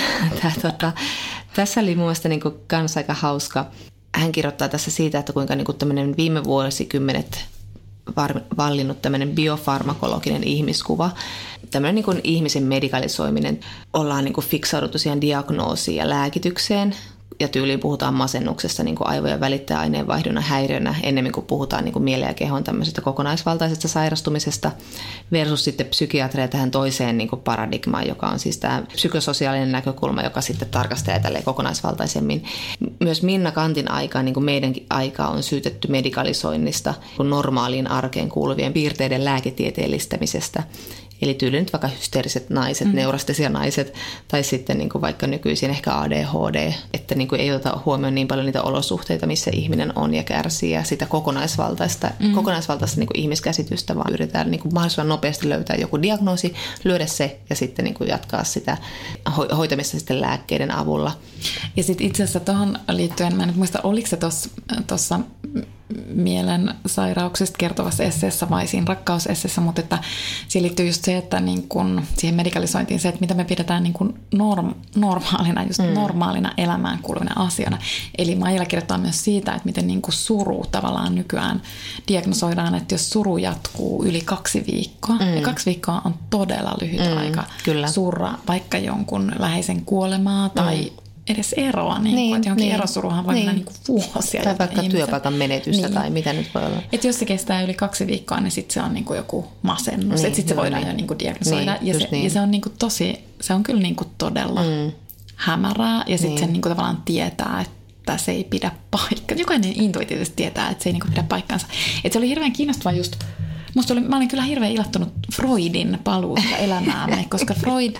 tässä oli mun mielestä niin kuin kans aika hauska. Hän kirjoittaa tässä siitä, että kuinka niin kuin tämmöinen viime vuosikymmenet vallinnut tämmöinen biofarmakologinen ihmiskuva, tämmöinen niin kuin ihmisen medikalisoiminen, ollaan niin kuin fiksauduttu siihen diagnoosiin ja lääkitykseen ja tyyliin puhutaan masennuksesta niin kuin aivojen välittäjäaineenvaihdunnan häiriönä ennemmin kuin puhutaan niin kuin mielen ja kehon tämmöisestä kokonaisvaltaisesta sairastumisesta versus sitten psykiatria tähän toiseen niin kuin paradigmaan, joka on siis tämä psykososiaalinen näkökulma, joka sitten tarkastelee tälleen kokonaisvaltaisemmin. Myös Minna Kantin aikaan, niin kuin meidänkin aikaa, on syytetty medikalisoinnista normaaliin arkeen kuuluvien piirteiden lääketieteellistämisestä. Eli tyyliin nyt vaikka hysteeriset naiset, neurastesia naiset tai sitten niin kuin vaikka nykyisin ehkä ADHD, että niin kuin ei ota huomioon niin paljon niitä olosuhteita, missä ihminen on ja kärsii ja sitä kokonaisvaltaista niin kuin ihmiskäsitystä, vaan yritetään niin kuin mahdollisimman nopeasti löytää joku diagnoosi, lyödä se ja sitten niin kuin jatkaa sitä hoitamista sitten lääkkeiden avulla. Ja sitten itse asiassa tuohon liittyen, mä en muista, oliko se tuossa mielen sairauksista kertovassa esseessä vai siinä rakkausesseessä, mutta että siihen liittyy just se, että niin kun siihen medikalisointiin se, että mitä me pidetään niin kun normaalina, just normaalina elämään kuuluvina asiana. Eli Maijala kirjoittaa myös siitä, että miten niin kun suru tavallaan nykyään diagnosoidaan, että jos suru jatkuu yli 2 viikkoa, ja 2 viikkoa on todella lyhyt aika surra vaikka jonkun läheisen kuolemaa tai edes eroa, niin että johonkin erosuruhan voi mennä niin vuosia. Tai vaikka työpaikan menetystä tai mitä nyt voi olla. Että jos se kestää yli 2 viikkoa, niin sitten se on niin kuin joku masennus. Että sitten se voidaan jo niin kuin diagnosoida. Ja se on niin kuin se on kyllä niin kuin todella hämärää. Ja sitten sen niin kuin tavallaan tietää, että se ei pidä paikkaa. Jokainen intuitiivisesti tietää, että se ei niin kuin pidä paikkaansa. Että se oli hirveän kiinnostavaa just. Mä olin kyllä hirveän ilahtunut Freudin paluusta elämäämme, koska Freud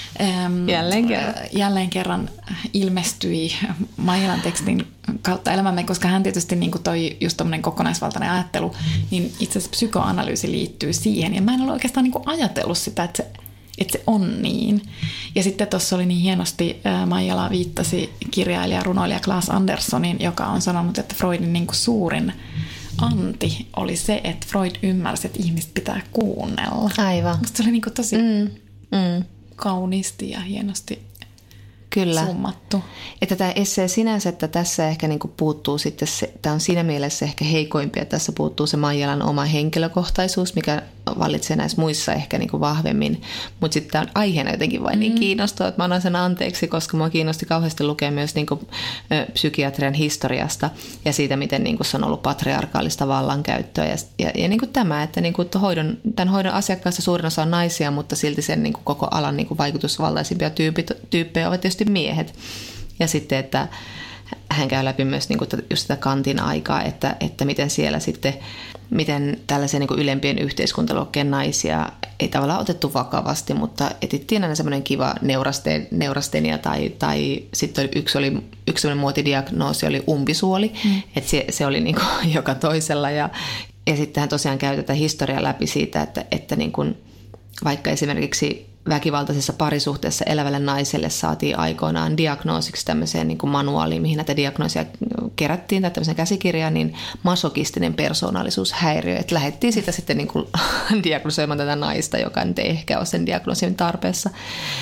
jälleen kerran ilmestyi Maijalan tekstin kautta elämämme, koska hän tietysti niin kuin toi just tommoinen kokonaisvaltainen ajattelu, niin itse asiassa psykoanalyysi liittyy siihen. Ja mä en ole oikeastaan niin kuin ajatellut sitä, että se on niin. Ja sitten tuossa oli niin hienosti, Maijala viittasi kirjailija, runoilija Claes Anderssonin, joka on sanonut, että Freudin niin kuin suurin anti oli se, että Freud ymmärsi, että ihmiset pitää kuunnella. Aivan. Musta se oli niin kuin tosi kauniisti ja hienosti Kyllä. summattu. Että tämä essee sinänsä, että tässä ehkä niin kuin puuttuu sitten se, tämä on siinä mielessä ehkä heikoimpia, että tässä puuttuu se Maijalan oma henkilökohtaisuus, mikä vallitsee näissä muissa ehkä niin kuin vahvemmin, mutta sitten tämä on aiheena jotenkin vain niin kiinnostava, että mä annan sen anteeksi, koska mua kiinnosti kauheasti lukea myös niin kuin psykiatrian historiasta ja siitä, miten niin kuin se on ollut patriarkaalista vallankäyttöä ja niin kuin tämä, että niin kuin tämän hoidon asiakkaista suurin osa on naisia, mutta silti sen niin kuin koko alan niin kuin vaikutusvaltaisimpia tyyppejä ovat tietysti miehet. Ja sitten, että hän käy läpi myös niin kuin just sitä Kantin aikaa, että miten siellä sitten, miten tällaisia niin kuin ylempien yhteiskuntaluokkien naisia ei tavallaan otettu vakavasti, mutta etittiin aina semmoinen kiva neurastenia tai sitten yksi semmoinen muotidiagnoosi oli umpisuoli, että se oli niin kuin joka toisella ja sitten hän tosiaan käy tätä historiaa läpi siitä, että niin kuin vaikka esimerkiksi väkivaltaisessa parisuhteessa elävälle naiselle saatiin aikoinaan diagnoosiksi tämmöiseen niin kuin manuaaliin, mihin näitä diagnoosia kerättiin, tai tämmöisen käsikirjaan, niin masokistinen persoonallisuushäiriö. Että lähdettiin sitä sitten niin kuin diagnosoimaan tätä naista, joka nyt ei ehkä ole sen diagnoosin tarpeessa.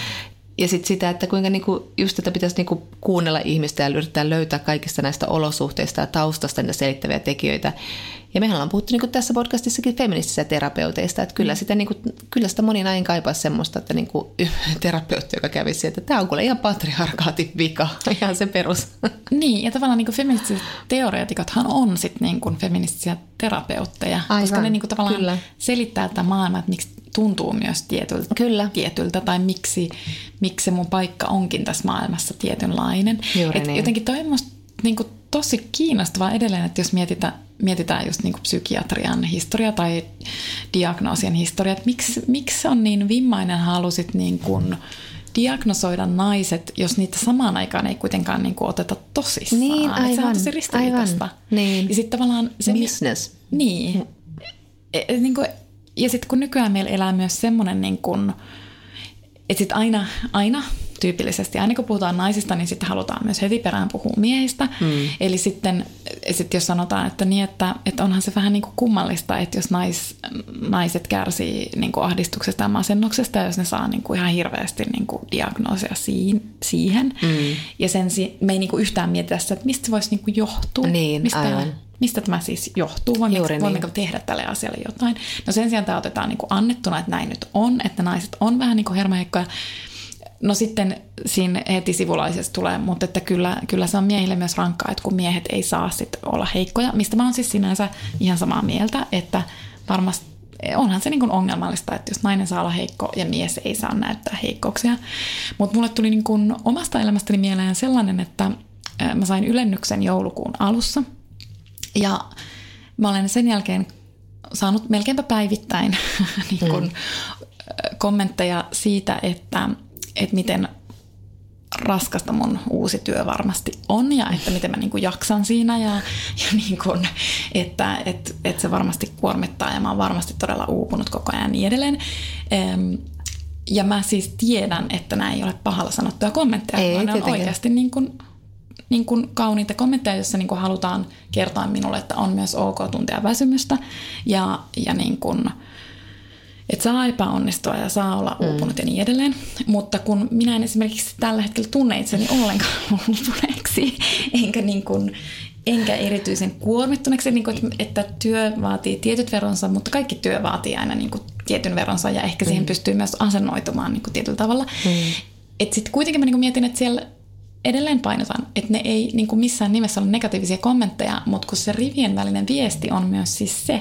Ja sitten sitä, että kuinka niinku, just että pitäisi niinku kuunnella ihmistä ja yrittää löytää kaikista näistä olosuhteista ja taustasta niitä selittäviä tekijöitä. Ja mehän ollaan puhuttu niinku tässä podcastissakin feministisistä terapeuteista, että kyllä sitä moni näin kaipaisi semmoista, että niinku terapeutti, joka kävisi, että tämä on kuule ihan patriarkaatin vika, ihan se perus. Niin, ja tavallaan niinku feministiset teoreetikothan on sitten niinku feministisiä terapeutteja, aivan, koska ne niinku tavallaan kyllä selittää tätä maailmaa, että miksi tuntuu myös tietyltä tai miksi se mun paikka onkin tässä maailmassa tietynlainen. Niin. Jotenkin toi on musta niinku tosi kiinnostavaa edelleen, että jos mietitään just niinku psykiatrian historia tai diagnoosien historia, että miksi on niin vimmainen halu sit niinku diagnosoida naiset, jos niitä samaan aikaan ei kuitenkaan niinku oteta tosissaan. Niin, aivan. Se on tosi ristiriitaista. Niin. Ja sitten tavallaan se business. Niin. Niinku, ja sitten kun nykyään meillä elää myös semmoinen, niin kun, että sitten aina tyypillisesti, aina kun puhutaan naisista, niin sitten halutaan myös heti perään puhua miehistä. Eli sitten jos sanotaan, että onhan se vähän niin kuin kummallista, että jos naiset kärsii niin kuin ahdistuksesta ja masennuksesta, jos ne saa niin kuin ihan hirveästi niin kuin diagnoosia siihen. Ja me ei niin kuin yhtään mietitä sitä, että mistä se voisi niin kuin johtua. Niin, Mistä tämä siis johtuu? Voimmeko tehdä tälle asialle jotain? No sen sijaan tämä otetaan niin kuin annettuna, että näin nyt on, että naiset on vähän niin kuin hermoheikkoja. No sitten siinä heti sivulaisesta tulee, mutta että kyllä se on miehille myös rankkaa, että kun miehet ei saa sitten olla heikkoja, mistä mä oon siis sinänsä ihan samaa mieltä, että varmasti onhan se niin kuin ongelmallista, että jos nainen saa olla heikko ja mies ei saa näyttää heikkouksia. Mutta mulle tuli niin kuin omasta elämästäni mieleen sellainen, että mä sain ylennyksen joulukuun alussa. Ja mä olen sen jälkeen saanut melkeinpä päivittäin niin kun, kommentteja siitä, että miten raskasta mun uusi työ varmasti on ja että miten mä niin kun jaksan siinä ja niin kun, että se varmasti kuormittaa ja mä oon varmasti todella uupunut koko ajan ja niin edelleen. Ja mä siis tiedän, että nämä ei ole pahalla sanottuja kommentteja, vaan ne on oikeasti niin kuin kauniita kommentteja, joissa niin kuin halutaan kertoa minulle, että on myös ok tuntea väsymystä ja niin kuin, että saa epäonnistua ja saa olla uupunut ja niin edelleen. Mutta kun minä en esimerkiksi tällä hetkellä tunne itseni ollenkaan uupuneeksi, enkä erityisen kuormittuneeksi, niin kuin, että työ vaatii tietyt veronsa, mutta kaikki työ vaatii aina niin kuin tietyn veronsa ja ehkä siihen pystyy myös asennoitumaan niin kuin tietyllä tavalla. Että sitten kuitenkin mä niin kuin mietin, että siellä edelleen painotan, että ne ei niin kuin missään nimessä ole negatiivisia kommentteja, mutta kun se rivien välinen viesti on myös siis se,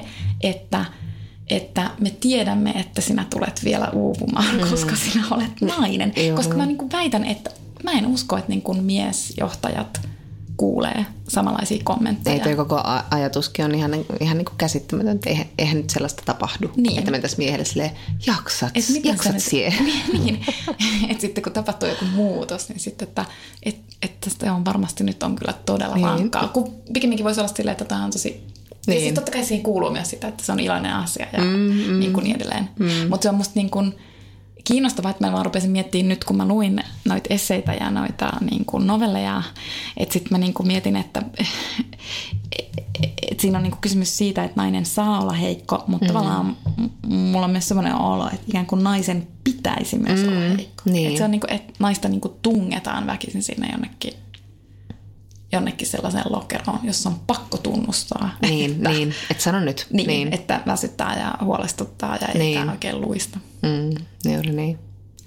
että me tiedämme, että sinä tulet vielä uupumaan, koska sinä olet nainen. Koska mä niin kuin väitän, että mä en usko, että niin kuin miesjohtajat kuulee samanlaisia kommentteja. Ei, toi koko ajatuskin on ihan niin kuin käsittämätöntä. Eihän nyt sellaista tapahdu. Niin. Että mentäisiin miehelle silleen, jaksat siellä. Niin. Että sitten kun tapahtuu joku muutos, niin sitten, että se on varmasti nyt on kyllä todella rankkaa. Kun pikemminkin voisi olla silleen, että tämä on tosi. Niin. Siis totta kai siihen kuuluu myös sitä, että se on iloinen asia ja niin edelleen. Mutta se on musta niin kuin kiinnostavaa, että mä vaan rupesin miettimään nyt, kun mä luin noita esseitä ja noita niin kuin novelleja, että sitten mä niin kuin mietin, että siinä on niinku kysymys siitä, että nainen saa olla heikko, mutta tavallaan mulla on myös semmoinen olo, että ikään kuin naisen pitäisi myös olla heikko. Niin. Että se on niinku, että naista niinku tungetaan väkisin sinne jonnekin sellaiseen lokeroon, jossa on pakko tunnustaa. Niin, että sano nyt. Niin, että väsyttää ja huolestuttaa ja ei niin oikein luista. Juuri niin.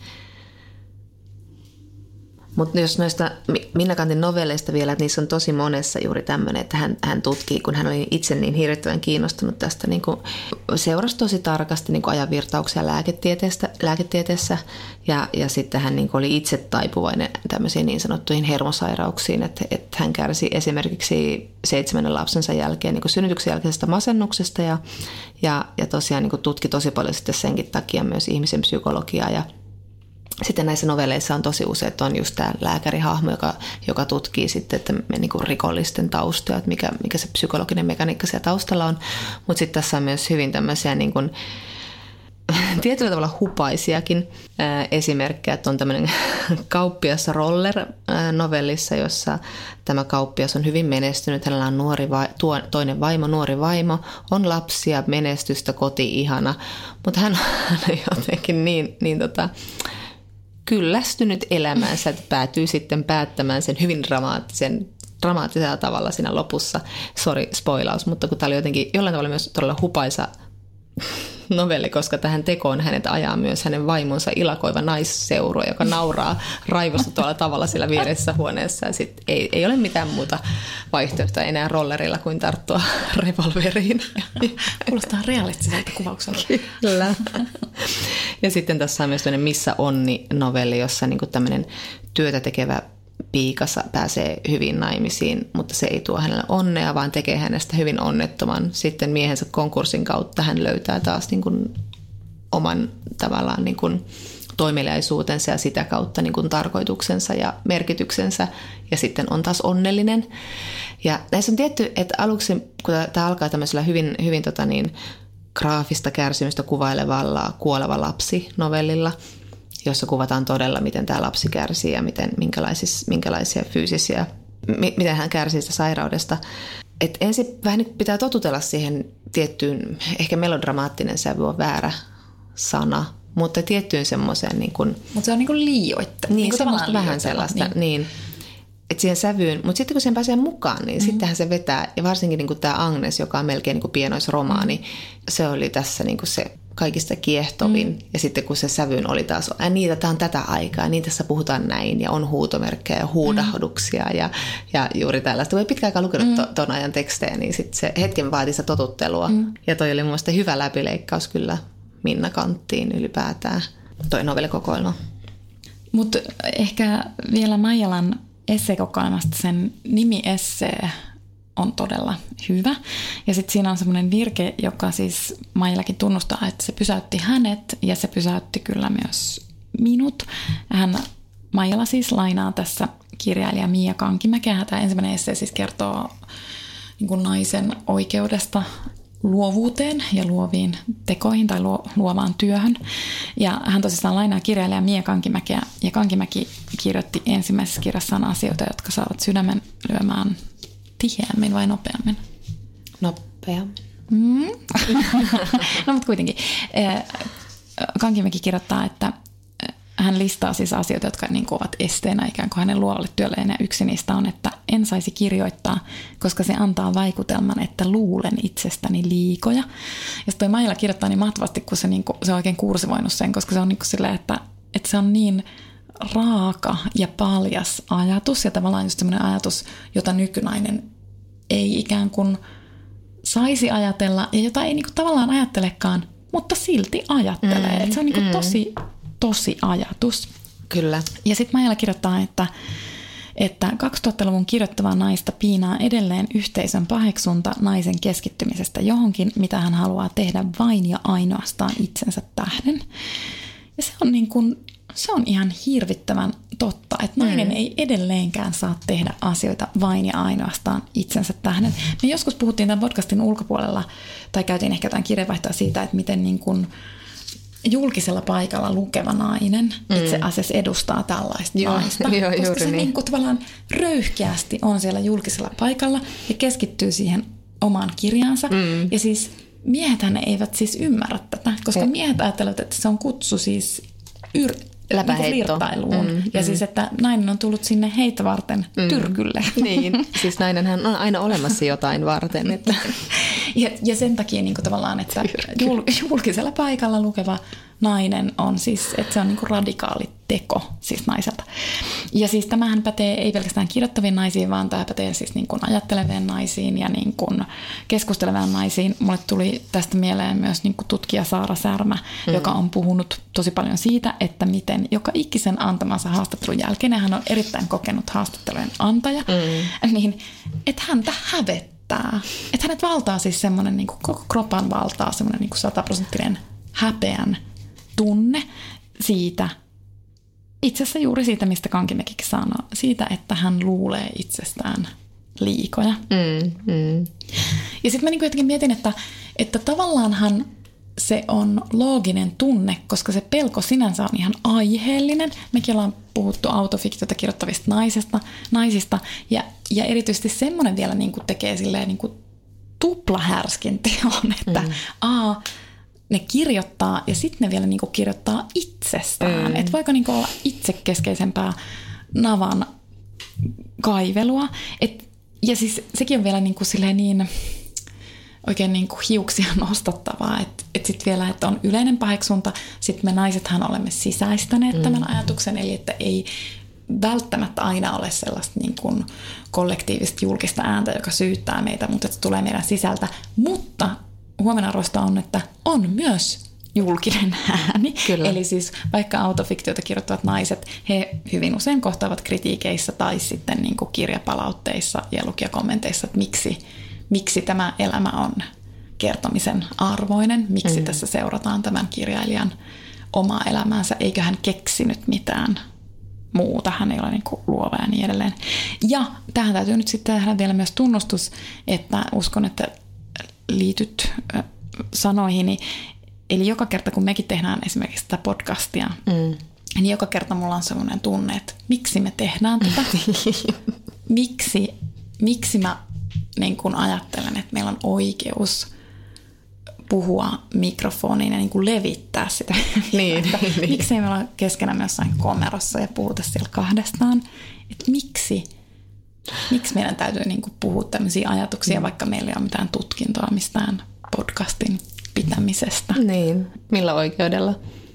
Mutta jos noista Minna Canthin novelleista vielä, että niissä on tosi monessa juuri tämmöinen, että hän tutkii, kun hän oli itse niin hirvittävän kiinnostunut tästä, niin kuin seurasi tosi tarkasti niin kuin ajanvirtauksia lääketieteessä ja sitten hän niin kuin oli itse taipuvainen tämmöisiin niin sanottuihin hermosairauksiin, että hän kärsi esimerkiksi 7. lapsensa jälkeen niin kuin synnytyksen jälkeisestä masennuksesta ja tosiaan niin kuin tutki tosi paljon sitten senkin takia myös ihmisen psykologiaa ja sitten näissä novelleissa on tosi usein, että on just tämä lääkärihahmo, joka tutkii sitten, että niin kuin rikollisten taustoja, että mikä se psykologinen mekaniikka siellä taustalla on. Mutta sitten tässä on myös hyvin tämmöisiä niin kuin, tietyllä tavalla hupaisiakin esimerkkejä, että on tämmöinen kauppias Roller novellissa, jossa tämä kauppias on hyvin menestynyt. Hänellä on toinen vaimo, nuori vaimo, on lapsia, menestystä, koti ihana, mutta hän on jotenkin niin kyllästynyt elämäänsä, että päätyy sitten päättämään sen hyvin dramaattisella tavalla siinä lopussa. Sori, spoilaus, mutta kun tämä oli jotenkin jollain tavalla myös todella hupaisa novelli, koska tähän tekoon hänet ajaa myös hänen vaimonsa ilakoiva naisseuro, joka nauraa raivostuttavalla tavalla siellä vieressä huoneessa. Ja sit ei ole mitään muuta vaihtoehtoa enää rollerilla kuin tarttua revolveriin. Kuulostaa realistiselta kuvaukselta. Kyllä. Ja sitten tässä on myös tämmöinen Missä Onni-novelli, jossa niinku tämmöinen työtä tekevä piikassa pääsee hyvin naimisiin, mutta se ei tuo hänelle onnea, vaan tekee hänestä hyvin onnettoman. Sitten miehensä konkurssin kautta hän löytää taas niin kuin oman tavallaan niin kuin toimeliaisuutensa ja sitä kautta niin kuin tarkoituksensa ja merkityksensä ja sitten on taas onnellinen. Ja näissä on tietty, että aluksi, kun tämä alkaa tämmöisellä hyvin graafista kärsimystä kuvailevalla Kuoleva lapsi -novellilla, jossa kuvataan todella, miten tämä lapsi kärsii ja minkälaisia fyysisiä, miten hän kärsii sitä sairaudesta. Et ensin vähän niin pitää totutella siihen tiettyyn, ehkä melodramaattinen sävy on väärä sana, mutta tiettyyn semmoiseen niin kuin... Mutta se on niin kuin liioittelu. Niin, semmoista vähän sellaista, niin. Että siihen sävyyn, mutta sitten kun sen pääsee mukaan, niin sittenhän se vetää, ja varsinkin niin kuin tämä Agnes, joka on melkein niin kuin pienoisromaani, se oli tässä niin kuin se kaikista kiehtovin. Ja sitten kun se sävyyn oli taas, tämä on tätä aikaa, niin tässä puhutaan näin, ja on huutomerkkejä ja huudahduksia, ja juuri tällaista. Kun ei pitkään aikaa lukenut ton ajan tekstejä, niin sitten se hetken vaati sitä totuttelua. Ja toi oli mun mielestä hyvä läpileikkaus kyllä Minna Canthiin ylipäätään, toi novellikokoelma. Mutta ehkä vielä Maijalan esseekokoelmasta sen nimi-essee on todella hyvä. Ja sitten siinä on semmoinen virke, joka siis Maijallakin tunnustaa, että se pysäytti hänet ja se pysäytti kyllä myös minut. Maijala siis lainaa tässä kirjailija Mia Kankimäkeä. Tämä ensimmäinen essee siis kertoo niin kuin naisen oikeudesta luovuuteen ja luoviin tekoihin tai luovaan työhön. Ja hän tosissaan lainaa kirjailija Mia Kankimäkeä. Ja Kankimäki kirjoitti ensimmäisessä kirjassaan asioita, jotka saavat sydämen lyömään tiheämmin vai nopeammin? Nopeammin. No mutta kuitenkin. Kankimäki kirjoittaa, että hän listaa siis asioita, jotka niin kuin ovat esteenä ikään kuin hänen luovalle työlleen. Ja yksi niistä on, että en saisi kirjoittaa, koska se antaa vaikutelman, että luulen itsestäni liikoja. Ja sitten toi Maijala kirjoittaa niin mahtavasti, kun se on oikein kursivoinut sen, koska se on niin kuin silleen, että se on niin raaka ja paljas ajatus. Ja tavallaan just sellainen ajatus, jota nykynainen ei ikään kuin saisi ajatella ja jota ei niin kuin tavallaan ajattelekaan, mutta silti ajattelee. Että se on niin kuin tosi ajatus. Kyllä. Ja sitten Maijala kirjoittaa, että 2000-luvun kirjoittavaa naista piinaa edelleen yhteisön paheksunta naisen keskittymisestä johonkin, mitä hän haluaa tehdä vain ja ainoastaan itsensä tähden. Ja se on ihan hirvittävän totta, että nainen ei edelleenkään saa tehdä asioita vain ja ainoastaan itsensä tähden. Me joskus puhuttiin tämän podcastin ulkopuolella, tai käytiin ehkä jotain kirjeenvaihtoa siitä, että miten niin kuin julkisella paikalla lukeva nainen itse asiassa edustaa tällaista naista. Koska se niin kuin tavallaan röyhkeästi on siellä julkisella paikalla ja keskittyy siihen omaan kirjaansa. Ja siis miehethän eivät siis ymmärrä tätä, koska miehet ajattelevat, että se on kutsu siis flirttailuun. Ja siis, että nainen on tullut sinne heitä varten tyrkylle. Niin, siis nainenhan on aina olemassa jotain varten. Että. Ja sen takia niin kuin tavallaan, että julkisella paikalla lukeva nainen on siis, että se on niin kuin radikaali teko siis naiselta. Ja siis tämähän pätee ei pelkästään kirjoittaviin naisiin, vaan tämä pätee siis niin kuin ajatteleviin naisiin ja niin kuin keskusteleviin naisiin. Mulle tuli tästä mieleen myös niin kuin tutkija Saara Särmä, joka on puhunut tosi paljon siitä, että miten joka ikisen antamansa haastattelun jälkeen, ja hän on erittäin kokenut haastattelujen antaja, niin että häntä hävettää. Että hänet valtaa siis semmoinen, niin kuin koko kropan valtaa semmoinen niin 100% häpeän tunne siitä, itse asiassa juuri siitä, mistä Kankimäkikin sanoo, siitä, että hän luulee itsestään liikoja. Ja sitten mä niin jotenkin mietin, että tavallaanhan se on looginen tunne, koska se pelko sinänsä on ihan aiheellinen. Mekin ollaan puhuttu autofiktiota kirjoittavista naisista ja erityisesti semmoinen vielä niin kuin tekee silleen niin kuin tuplahärskin teon, että ne kirjoittaa ja sitten ne vielä niinku kirjoittaa itsestään. Että voiko niinku olla itsekeskeisempää navan kaivelua. Ja siis sekin on vielä niinku silleen niin oikein niinku hiuksia nostattavaa. Että sitten vielä, että on yleinen paheksunta. Sitten me naisethan olemme sisäistäneet tämän ajatuksen. Eli että ei välttämättä aina ole sellaista niin kuin kollektiivista julkista ääntä, joka syyttää meitä, mutta se tulee meidän sisältä. Mutta huomionarvoista on, että on myös julkinen ääni. Kyllä. Eli siis vaikka autofiktiota kirjoittavat naiset, he hyvin usein kohtaavat kritiikeissä tai sitten niin kuin kirjapalautteissa ja lukijakommenteissa, että miksi tämä elämä on kertomisen arvoinen, miksi tässä seurataan tämän kirjailijan omaa elämäänsä, eikö hän keksinyt mitään muuta, hän ei ole niin kuin luova ja niin edelleen. Ja tähän täytyy nyt sitten tehdä vielä myös tunnustus, että uskon, että liityt sanoihini. Eli joka kerta, kun mekin tehdään esimerkiksi tätä podcastia, niin joka kerta mulla on sellainen tunne, että miksi me tehdään tätä? Miksi mä niin kun ajattelen, että meillä on oikeus puhua mikrofoniin ja niin kuin levittää sitä. Miksi ei me olla keskenään jossain komerossa ja puhuta siellä kahdestaan? Että miksi meidän täytyy niin kuin puhua tämmöisiä ajatuksia, vaikka meillä ei ole mitään tutkintoa mistään podcastin pitämisestä? Niin, millä oikeudella?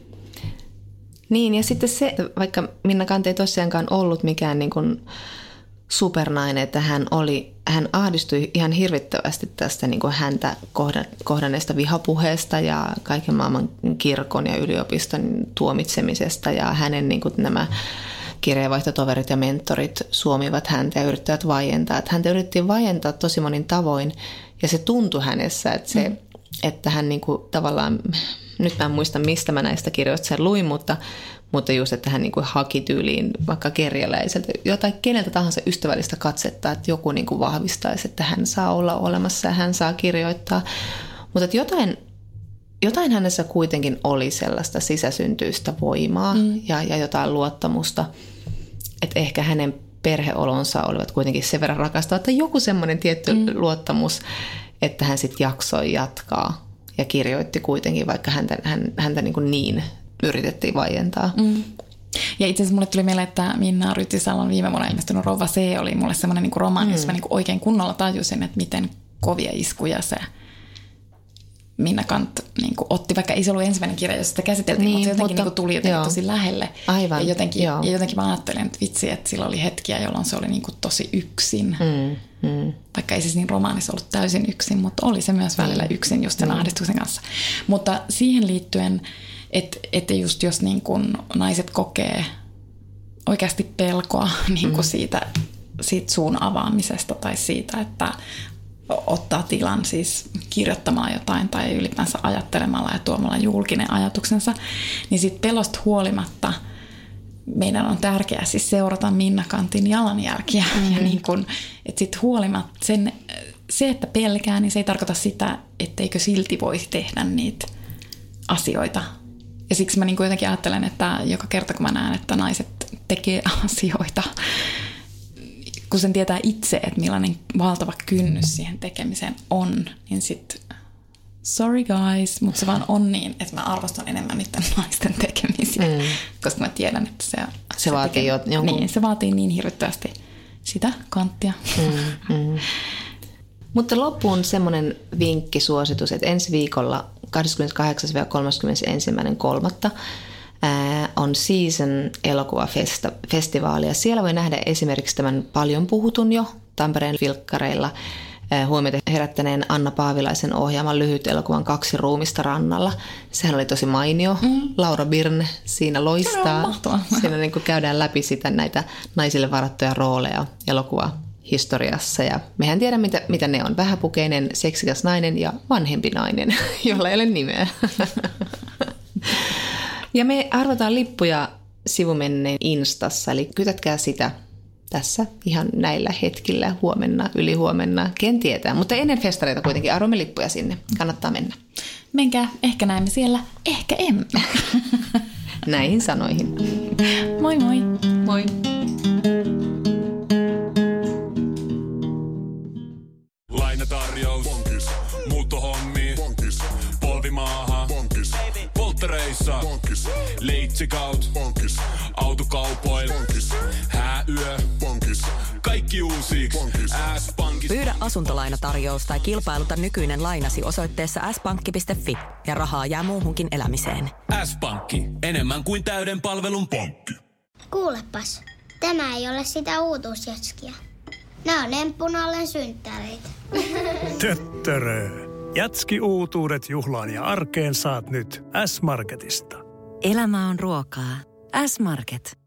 Niin, ja sitten se, vaikka Minna Kanti ei tosiaankaan ollut mikään niin kuin supernainen, että hän ahdistui ihan hirvittävästi tästä niin kuin häntä kohdanneesta vihapuheesta ja kaiken maailman kirkon ja yliopiston tuomitsemisesta ja hänen niin kuin nämä kirjeenvaihtotoverit ja mentorit suomivat häntä ja yrittävät vaientaa. Että häntä yritettiin vaientaa tosi monin tavoin ja se tuntui hänessä, että hän niin kuin tavallaan, nyt mä en muista mistä mä näistä kirjoista sen luin, mutta just, että hän niin kuin haki tyyliin vaikka kerjäläiseltä jotain keneltä tahansa ystävällistä katsetta, että joku niin kuin vahvistaisi, että hän saa olla olemassa ja hän saa kirjoittaa. Mutta jotain hänessä kuitenkin oli sellaista sisäsyntyistä voimaa ja jotain luottamusta, että ehkä hänen perheolonsa olivat kuitenkin sen verran rakastavaa, että joku semmoinen tietty luottamus, että hän sitten jaksoi jatkaa ja kirjoitti kuitenkin, vaikka häntä niin yritettiin vaientaa. Ja itse asiassa mulle tuli mieleen, että Minna Rytisalon viime vuonna ilmestynyt Rouva C oli mulle semmoinen niin romaani, jossa mä niin oikein kunnolla tajusin, että miten kovia iskuja se Minna Kant niin otti, vaikka ei se ollut ensimmäinen kirja, jossa sitä käsiteltiin, mutta se jotenkin niin tuli jotenkin tosi lähelle. Aivan, ja jotenkin mä ajattelin, että vitsi, että sillä oli hetkiä, jolloin se oli niin tosi yksin. Vaikka ei siis niin romaanissa ollut täysin yksin, mutta oli se myös välillä yksin just sen ahdistuksen kanssa. Mutta siihen liittyen, että just jos niin kuin naiset kokee oikeasti pelkoa niin kuin siitä suun avaamisesta tai siitä, että ottaa tilan siis kirjoittamaan jotain tai ylipäänsä ajattelemalla ja tuomalla julkinen ajatuksensa, niin sitten pelosta huolimatta meidän on tärkeää siis seurata Minna Kantin jalanjälkiä. Ja niin kun, että sitten huolimatta se, että pelkää, niin se ei tarkoita sitä, etteikö silti voisi tehdä niitä asioita Ja siksi mä niin kuin jotenkin ajattelen, että joka kerta kun mä näen, että naiset tekee asioita, kun sen tietää itse, että millainen valtava kynnys siihen tekemiseen on, niin sitten sorry guys, mutta se vaan on niin, että mä arvostan enemmän niiden naisten tekemisiä, koska mä tiedän, että se vaatii jonkun... Niin, se vaatii niin hirvittävästi sitä kanttia. Mutta loppuun semmoinen vinkkisuositus, että ensi viikolla 28.–31.3. on Season-elokuvafestivaali ja siellä voi nähdä esimerkiksi tämän paljon puhutun jo Tampereen filkkareilla huomiota herättäneen Anna Paavilaisen ohjaaman lyhyt elokuvan 2 ruumista rannalla. Sehän oli tosi mainio. Laura Birn siinä loistaa. Siinä niin kuin käydään läpi sitä näitä naisille varattuja rooleja elokuvahistoriassa. Ja mehän tiedämme, mitä ne on. Vähäpukeinen, seksikäs nainen ja vanhempi nainen, jolla ei ole nimeä. Ja me arvotaan lippuja Sivumenneen Instassa, eli kytätkää sitä tässä ihan näillä hetkillä, huomenna, ylihuomenna, ken tietää. Mutta ennen festareita kuitenkin arvomme lippuja sinne. Kannattaa mennä. Menkää, ehkä näemme siellä, ehkä emme. Näihin sanoihin. Moi moi. Moi. Lainatarjous. Bonkis. Muuttohommi. Bonkis. Polvimaaha. Bonkis. Polttereissa. Bonkis. Leitsikaut. Bonkis. Autokaupoil. Bonkis. Hääyö. Bonkis. Kaikki uusiiksi. S-pankki. Pyydä asuntolainatarjous tai kilpailuta nykyinen lainasi osoitteessa s-pankki.fi ja rahaa jää muuhunkin elämiseen. S-pankki. Enemmän kuin täyden palvelun pankki. Kuulepas, tämä ei ole sitä uutuusjatskia. Nämä on emppunallen synttäreitä. Töttörö. Jatski-uutuudet juhlaan ja arkeen saat nyt S-Marketista. Elämä on ruokaa. S-Market.